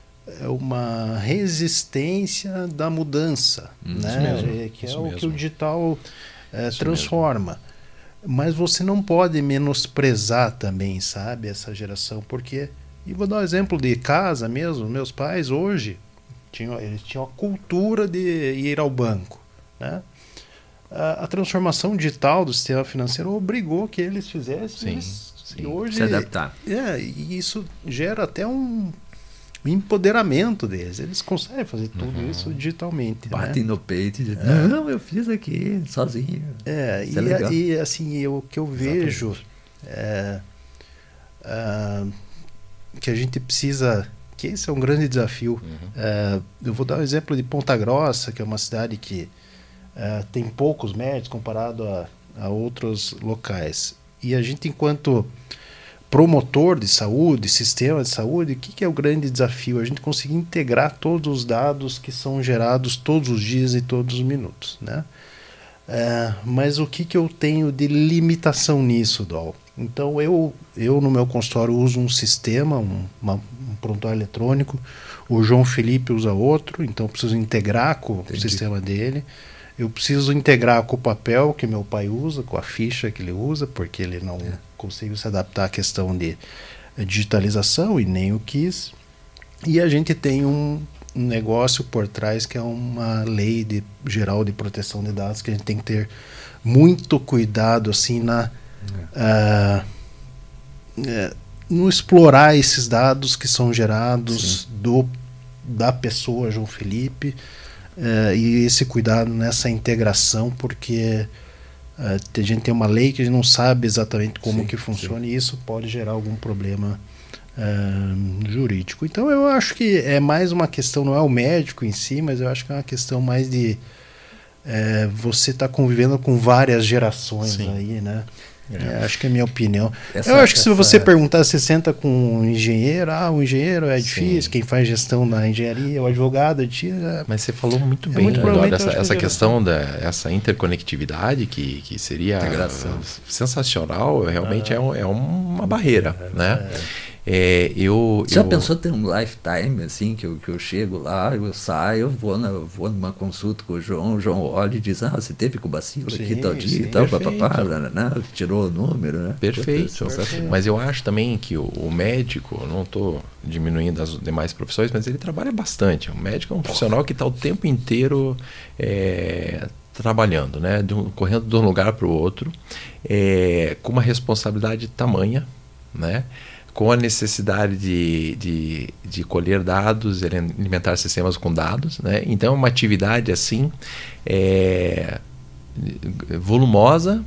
resistência da mudança, né? Mesmo, Que é isso o mesmo. que o digital transforma. Mas você não pode menosprezar também, sabe, essa geração, porque... E vou dar um exemplo de casa mesmo. Meus pais hoje, eles tinham a cultura de ir ao banco, né? A transformação digital do sistema financeiro obrigou que eles fizessem isso. E hoje, se adaptar. E isso gera até um empoderamento deles. Eles conseguem fazer tudo isso digitalmente. Batem no peito e dizem, não, eu fiz aqui sozinho. E assim, o que eu vejo que a gente precisa, que esse é um grande desafio. Eu vou dar um exemplo de Ponta Grossa, que é uma cidade que tem poucos médicos comparado a outros locais. E a gente, enquanto promotor de saúde, sistema de saúde, o que é o grande desafio? A gente conseguir integrar todos os dados que são gerados todos os dias e todos os minutos, né? Mas o que eu tenho de limitação nisso, Dol? Então eu no meu consultório uso um sistema, um prontuário eletrônico, o João Felipe usa outro, então eu preciso integrar com o sistema dele. Eu preciso integrar com o papel que meu pai usa, com a ficha que ele usa, porque ele não conseguiu se adaptar à questão de digitalização e nem o quis. E a gente tem um negócio por trás que é uma lei geral de proteção de dados que a gente tem que ter muito cuidado assim no explorar esses dados que são gerados da pessoa João Felipe. E esse cuidado nessa integração, porque a gente tem uma lei que a gente não sabe exatamente como que funciona e isso pode gerar algum problema jurídico. Então eu acho que é mais uma questão, não é o médico em si, mas eu acho que é uma questão mais de você estar convivendo com várias gerações aí, né? Acho que é a minha opinião. Eu acho que se você perguntar, você senta com um engenheiro, o engenheiro é difícil, quem faz gestão na engenharia, o advogado é difícil. Mas você falou muito bem, Eduardo, essa questão dessa interconectividade que seria sensacional, realmente é uma barreira, né? Já pensou ter um lifetime assim, que eu chego lá, eu saio, vou numa consulta com o João olha e diz, você teve com o bacilo aqui tal dia e tal, papapá, tirou o número, né? Perfeito. Mas eu acho também que o médico, não estou diminuindo as demais profissões, mas ele trabalha bastante. O médico é um profissional que está o tempo inteiro trabalhando, né? Correndo de um lugar para o outro, com uma responsabilidade tamanha, né? Com a necessidade de colher dados, alimentar sistemas com dados, né? Então é uma atividade assim volumosa,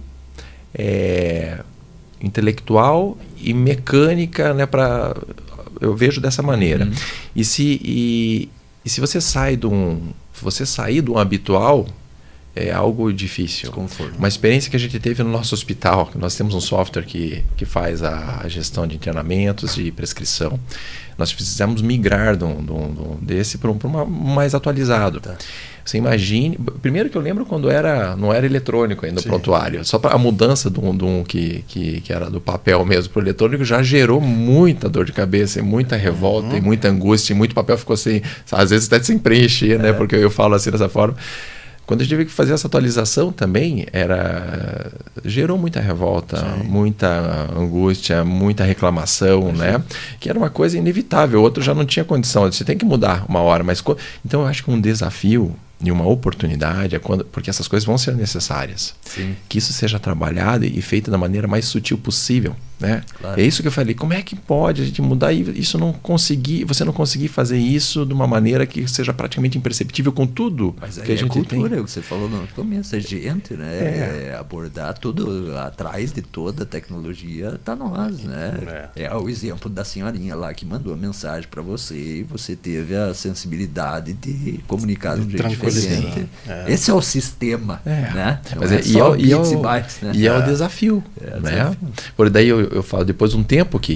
intelectual e mecânica, né? Eu vejo dessa maneira. E se você sair de um habitual, é algo difícil. Desconforto. Uma experiência que a gente teve no nosso hospital, nós temos um software que faz a gestão de internamentos e prescrição. Nós precisamos migrar desse para um mais atualizado. Tá. Você imagine... Primeiro que eu lembro quando não era eletrônico ainda o prontuário. Só para a mudança de um que era do papel mesmo para o eletrônico já gerou muita dor de cabeça, e muita revolta, e muita angústia, e muito papel ficou assim... Às vezes até sem preencher, né? Porque eu falo assim dessa forma... Quando a gente teve que fazer essa atualização também, gerou muita revolta, muita angústia, muita reclamação, né? Que era uma coisa inevitável, o outro já não tinha condição, você tem que mudar uma hora. Então eu acho que um desafio e uma oportunidade porque essas coisas vão ser necessárias. Sim. Que isso seja trabalhado e feito da maneira mais sutil possível, né? Claro. É isso que eu falei, como é que pode a gente mudar e você não conseguir fazer isso de uma maneira que seja praticamente imperceptível com tudo que a gente cultura, tem. É o que você falou no começo, a gente, né? Abordar tudo atrás de toda a tecnologia está nós, né? É o exemplo da senhorinha lá que mandou a mensagem para você e você teve a sensibilidade de comunicar de um jeito diferente. Esse é o sistema, né? E é o desafio, né? Por daí eu falo, depois de um tempo que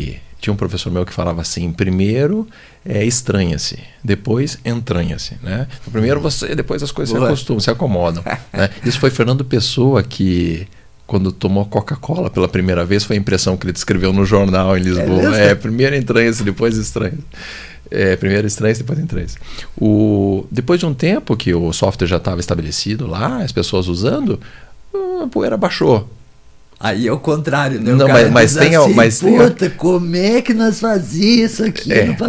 tinha um professor meu que falava assim, primeiro estranha-se, depois entranha-se, né? Então, primeiro você, depois as coisas se acostumam, se acomodam. Né? Isso foi Fernando Pessoa que, quando tomou Coca-Cola pela primeira vez, foi a impressão que ele descreveu no jornal em Lisboa. Primeiro entranha-se, depois estranha-se. Primeiro estranha-se, depois entranha-se. Depois de um tempo que o software já estava estabelecido lá, as pessoas usando, a poeira baixou. Aí é o contrário, né? Não, mas tem, puta, como é que nós fazíamos isso aqui no papel?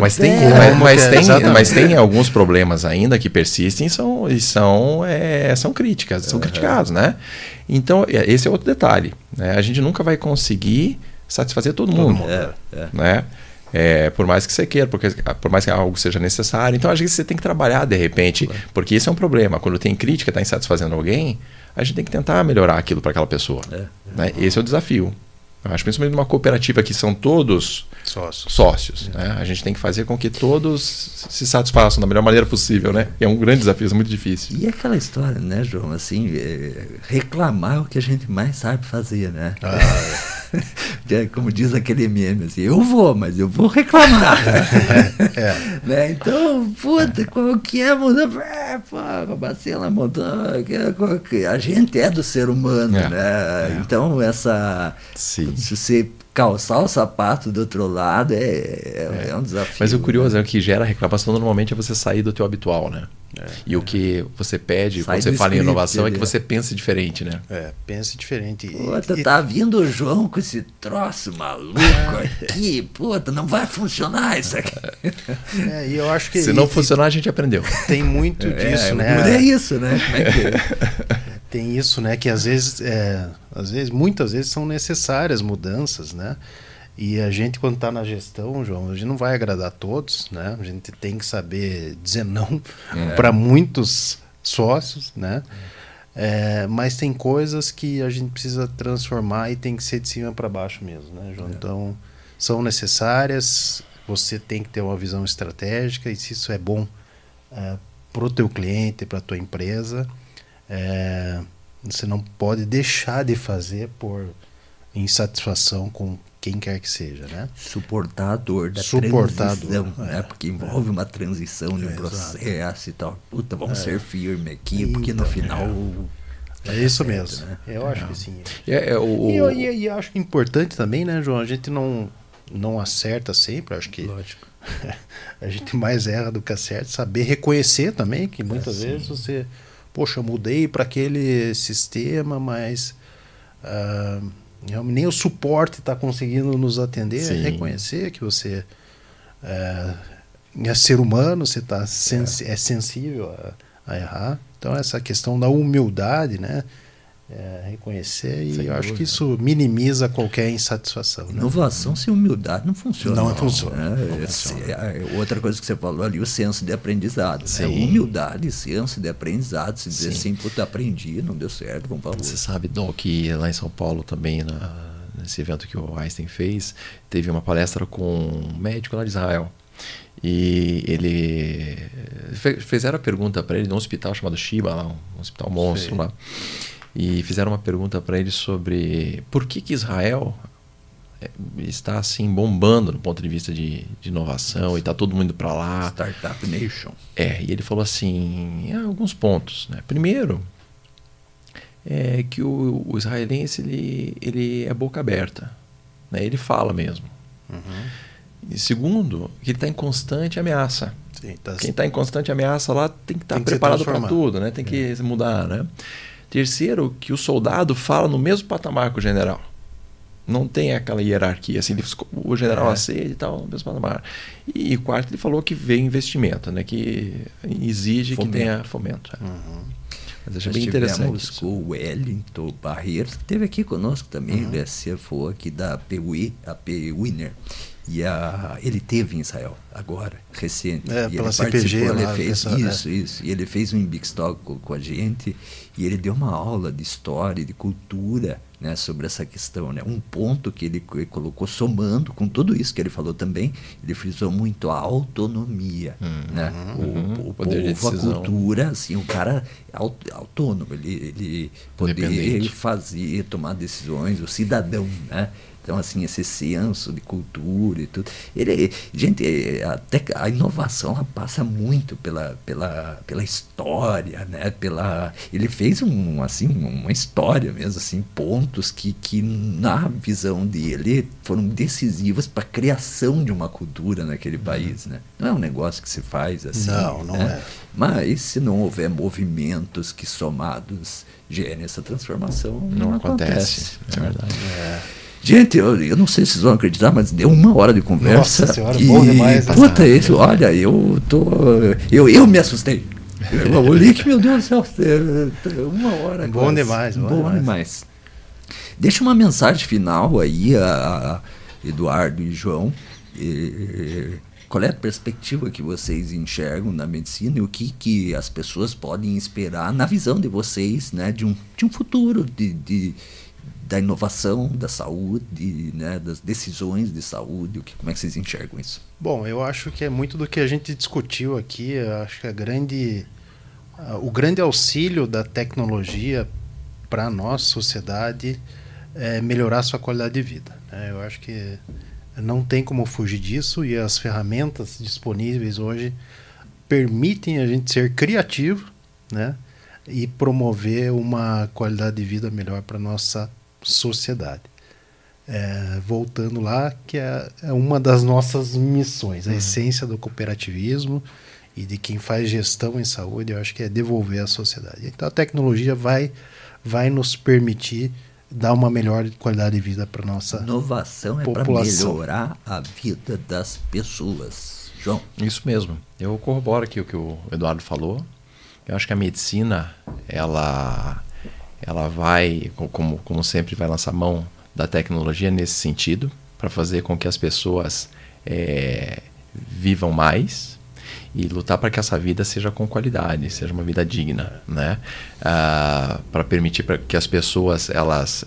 Mas tem alguns problemas ainda que persistem e são críticas, são criticados, né? Então, esse é outro detalhe, né? A gente nunca vai conseguir satisfazer todo mundo. Né? Por mais que você queira, por mais que algo seja necessário. Então, às vezes você tem que trabalhar de repente, porque esse é um problema. Quando tem crítica, está insatisfazendo alguém, a gente tem que tentar melhorar aquilo para aquela pessoa. Né? Esse é o desafio. Eu acho, principalmente numa cooperativa que são todos sócios. Né? A gente tem que fazer com que todos se satisfaçam da melhor maneira possível. Né? É um grande desafio, é muito difícil. E aquela história, né, João? Assim, reclamar é o que a gente mais sabe fazer, né? Como diz aquele meme, assim, eu vou reclamar. Né? Então, puta, qualquer mudança, a Bacila mudou, a gente é do ser humano, né? Então, se você calçar o sapato do outro lado é um desafio. Mas o curioso é que gera reclamação normalmente é você sair do teu habitual, né? E o que você pede quando você fala em inovação é que você pense diferente, né? Pense diferente. Puta, tá vindo o João com esse troço maluco aqui. Puta, não vai funcionar isso aqui. E eu acho que se não funcionar, a gente aprendeu. Tem muito disso, né? É isso, né? Como é que tem isso, né? Que muitas vezes são necessárias mudanças, né? E a gente, quando está na gestão, João, a gente não vai agradar a todos, né? A gente tem que saber dizer não para muitos sócios, né? Mas tem coisas que a gente precisa transformar e tem que ser de cima para baixo mesmo, né, João? Então, são necessárias, você tem que ter uma visão estratégica, e se isso é bom para o teu cliente, para a tua empresa, você não pode deixar de fazer por insatisfação com quem quer que seja, né? Suportar a dor da transição, né? Porque envolve uma transição de um processo e tal. Puta, vamos ser firmes aqui, porque no final... É isso mesmo, né? Eu acho que sim. E acho que é importante também, né, João? A gente não acerta sempre, acho que... Lógico. A gente mais erra do que acerta. Saber reconhecer também, que muitas vezes você... Poxa, mudei para aquele sistema, mas... nem o suporte está conseguindo nos atender. Reconhecer que você é ser humano, você é sensível a errar. Então essa questão da humildade, né? Reconhecer, e eu acho que isso minimiza qualquer insatisfação. Né? Inovação sem humildade não funciona. Não funciona. Outra coisa que você falou ali, o senso de aprendizado. Né? Humildade, senso de aprendizado. Se dizer assim, puta, aprendi, não deu certo, vamos para rua. Você sabe, Dom, que lá em São Paulo também, nesse evento que o Einstein fez, teve uma palestra com um médico lá de Israel. E ele fizeram a pergunta para ele num hospital chamado Shiba, lá, um hospital monstro lá. E fizeram uma pergunta para ele sobre por que Israel está assim bombando do ponto de vista de inovação e está todo mundo para lá. Startup Nation. E ele falou assim, alguns pontos. Né? Primeiro, que o israelense ele é boca aberta. Né? Ele fala mesmo. E segundo, que ele está em constante ameaça. Quem está em constante ameaça lá tem que estar preparado para tudo, né? Tem que mudar, né? Terceiro, que o soldado fala no mesmo patamar que o general. Não tem aquela hierarquia, assim, o general aceita e tal, no mesmo patamar. E quarto, ele falou que vê investimento, né? Que exige que tenha fomento. Mas achei bem interessante. Com o Wellington Barreiros, que esteve aqui conosco também, ele é CFO aqui da P Winner. E ele teve em Israel agora, recente. E pela ele CPG. Ele fez isso. E ele fez um Big Talk com a gente. E ele deu uma aula de história, de cultura, né, sobre essa questão. Né? Um ponto que ele colocou, somando com tudo isso que ele falou também, ele frisou muito a autonomia. Né? O povo, a cultura, assim, o cara autônomo, ele poder fazer, tomar decisões, o cidadão, né? Então, assim, esse senso de cultura e tudo. Gente, até a inovação ela passa muito pela história, né? Ele fez uma história mesmo, assim, pontos que na visão dele foram decisivos para a criação de uma cultura naquele país, né? Não é um negócio que se faz assim. Não é. Mas se não houver movimentos que somados gerem essa transformação, não acontece. É verdade. Gente, eu não sei se vocês vão acreditar, mas deu 1 hora de conversa. Nossa senhora, bom demais. Puta, olha, eu me assustei. Eu olhei que, meu Deus do céu, 1 hora. Bom demais. Bom demais. Deixa uma mensagem final aí a Eduardo e João. Qual é a perspectiva que vocês enxergam na medicina e o que as pessoas podem esperar na visão de vocês, né, de um futuro da inovação, da saúde, né, das decisões de saúde? Como é que vocês enxergam isso? Bom, eu acho que é muito do que a gente discutiu aqui. Eu acho que o grande auxílio da tecnologia para a nossa sociedade é melhorar a sua qualidade de vida, né? Eu acho que não tem como fugir disso, e as ferramentas disponíveis hoje permitem a gente ser criativo, né, e promover uma qualidade de vida melhor para a nossa sociedade. Voltando lá, que é uma das nossas missões, a essência do cooperativismo e de quem faz gestão em saúde, eu acho que é devolver à sociedade. Então a tecnologia vai nos permitir dar uma melhor qualidade de vida para a nossa inovação população. É para melhorar a vida das pessoas. João? Isso mesmo. Eu corroboro aqui o que o Eduardo falou. Eu acho que a medicina, ela vai, como sempre, vai lançar mão da tecnologia nesse sentido, para fazer com que as pessoas vivam mais e lutar para que essa vida seja com qualidade, seja uma vida digna, né? Para permitir que as pessoas elas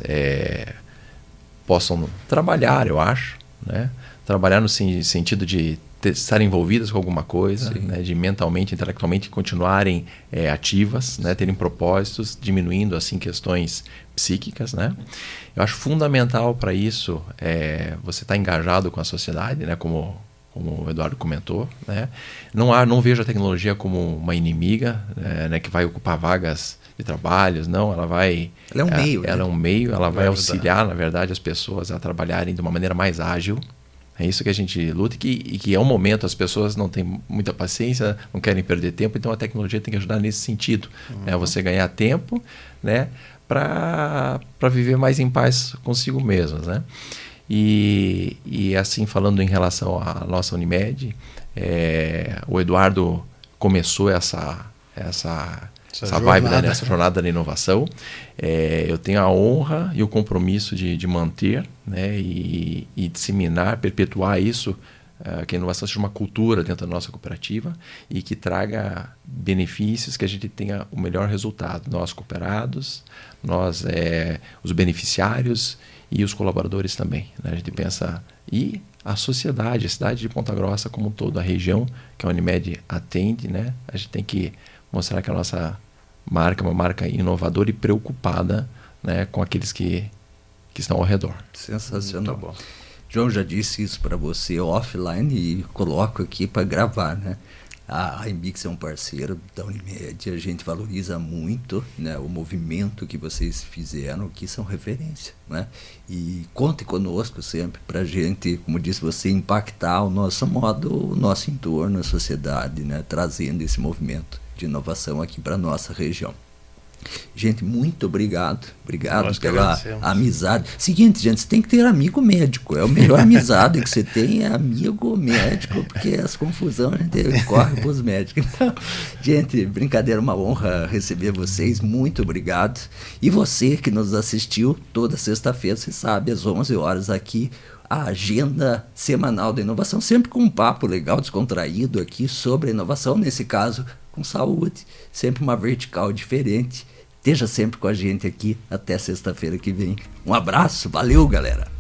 possam trabalhar, eu acho, né? Trabalhar no sentido de estarem envolvidas com alguma coisa, né? De mentalmente, intelectualmente continuarem ativas, né? Terem propósitos, diminuindo assim questões psíquicas, né? Eu acho fundamental para isso você estar engajado com a sociedade, né? Como o Eduardo comentou, né? Não vejo a tecnologia como uma inimiga, né, que vai ocupar vagas de trabalhos, não, ela é um meio, ela é um meio, ela vai auxiliar, na verdade, as pessoas a trabalharem de uma maneira mais ágil. É isso que a gente luta e que é um momento, as pessoas não têm muita paciência, não querem perder tempo, então a tecnologia tem que ajudar nesse sentido, né? Você ganhar tempo, né, para viver mais em paz consigo mesmo, né? E assim, falando em relação à nossa Unimed, o Eduardo começou essa vibe, né, essa jornada da inovação. Eu tenho a honra e o compromisso de manter, né, e disseminar, perpetuar isso, que a inovação seja uma cultura dentro da nossa cooperativa e que traga benefícios, que a gente tenha o melhor resultado. Nós cooperados, nós os beneficiários e os colaboradores também, né? A gente pensa, e a sociedade, a cidade de Ponta Grossa como um todo, a região que a Unimed atende, né? A gente tem que mostrar que a nossa marca é uma marca inovadora e preocupada, né, com aqueles que estão ao redor. Sensacional. Bom. João, já disse isso para você offline e coloco aqui para gravar, né? A Embix é um parceiro da Unimed, a gente valoriza muito, né, o movimento que vocês fizeram, que são referência, né? E conte conosco sempre para a gente, como disse você, impactar o nosso modo, o nosso entorno, a sociedade, né, trazendo esse movimento de inovação aqui para a nossa região. Gente, muito obrigado pela amizade. Seguinte, gente, você tem que ter amigo médico, é a melhor amizade que você tem, é amigo médico, porque as confusões a gente corre para os médicos. Então, gente, brincadeira, uma honra receber vocês, muito obrigado. E você que nos assistiu, toda sexta-feira, você sabe, às 11 horas aqui, a agenda semanal da inovação, sempre com um papo legal, descontraído aqui sobre a inovação, nesse caso com saúde, sempre uma vertical diferente. Esteja sempre com a gente aqui até sexta-feira que vem. Um abraço, valeu, galera!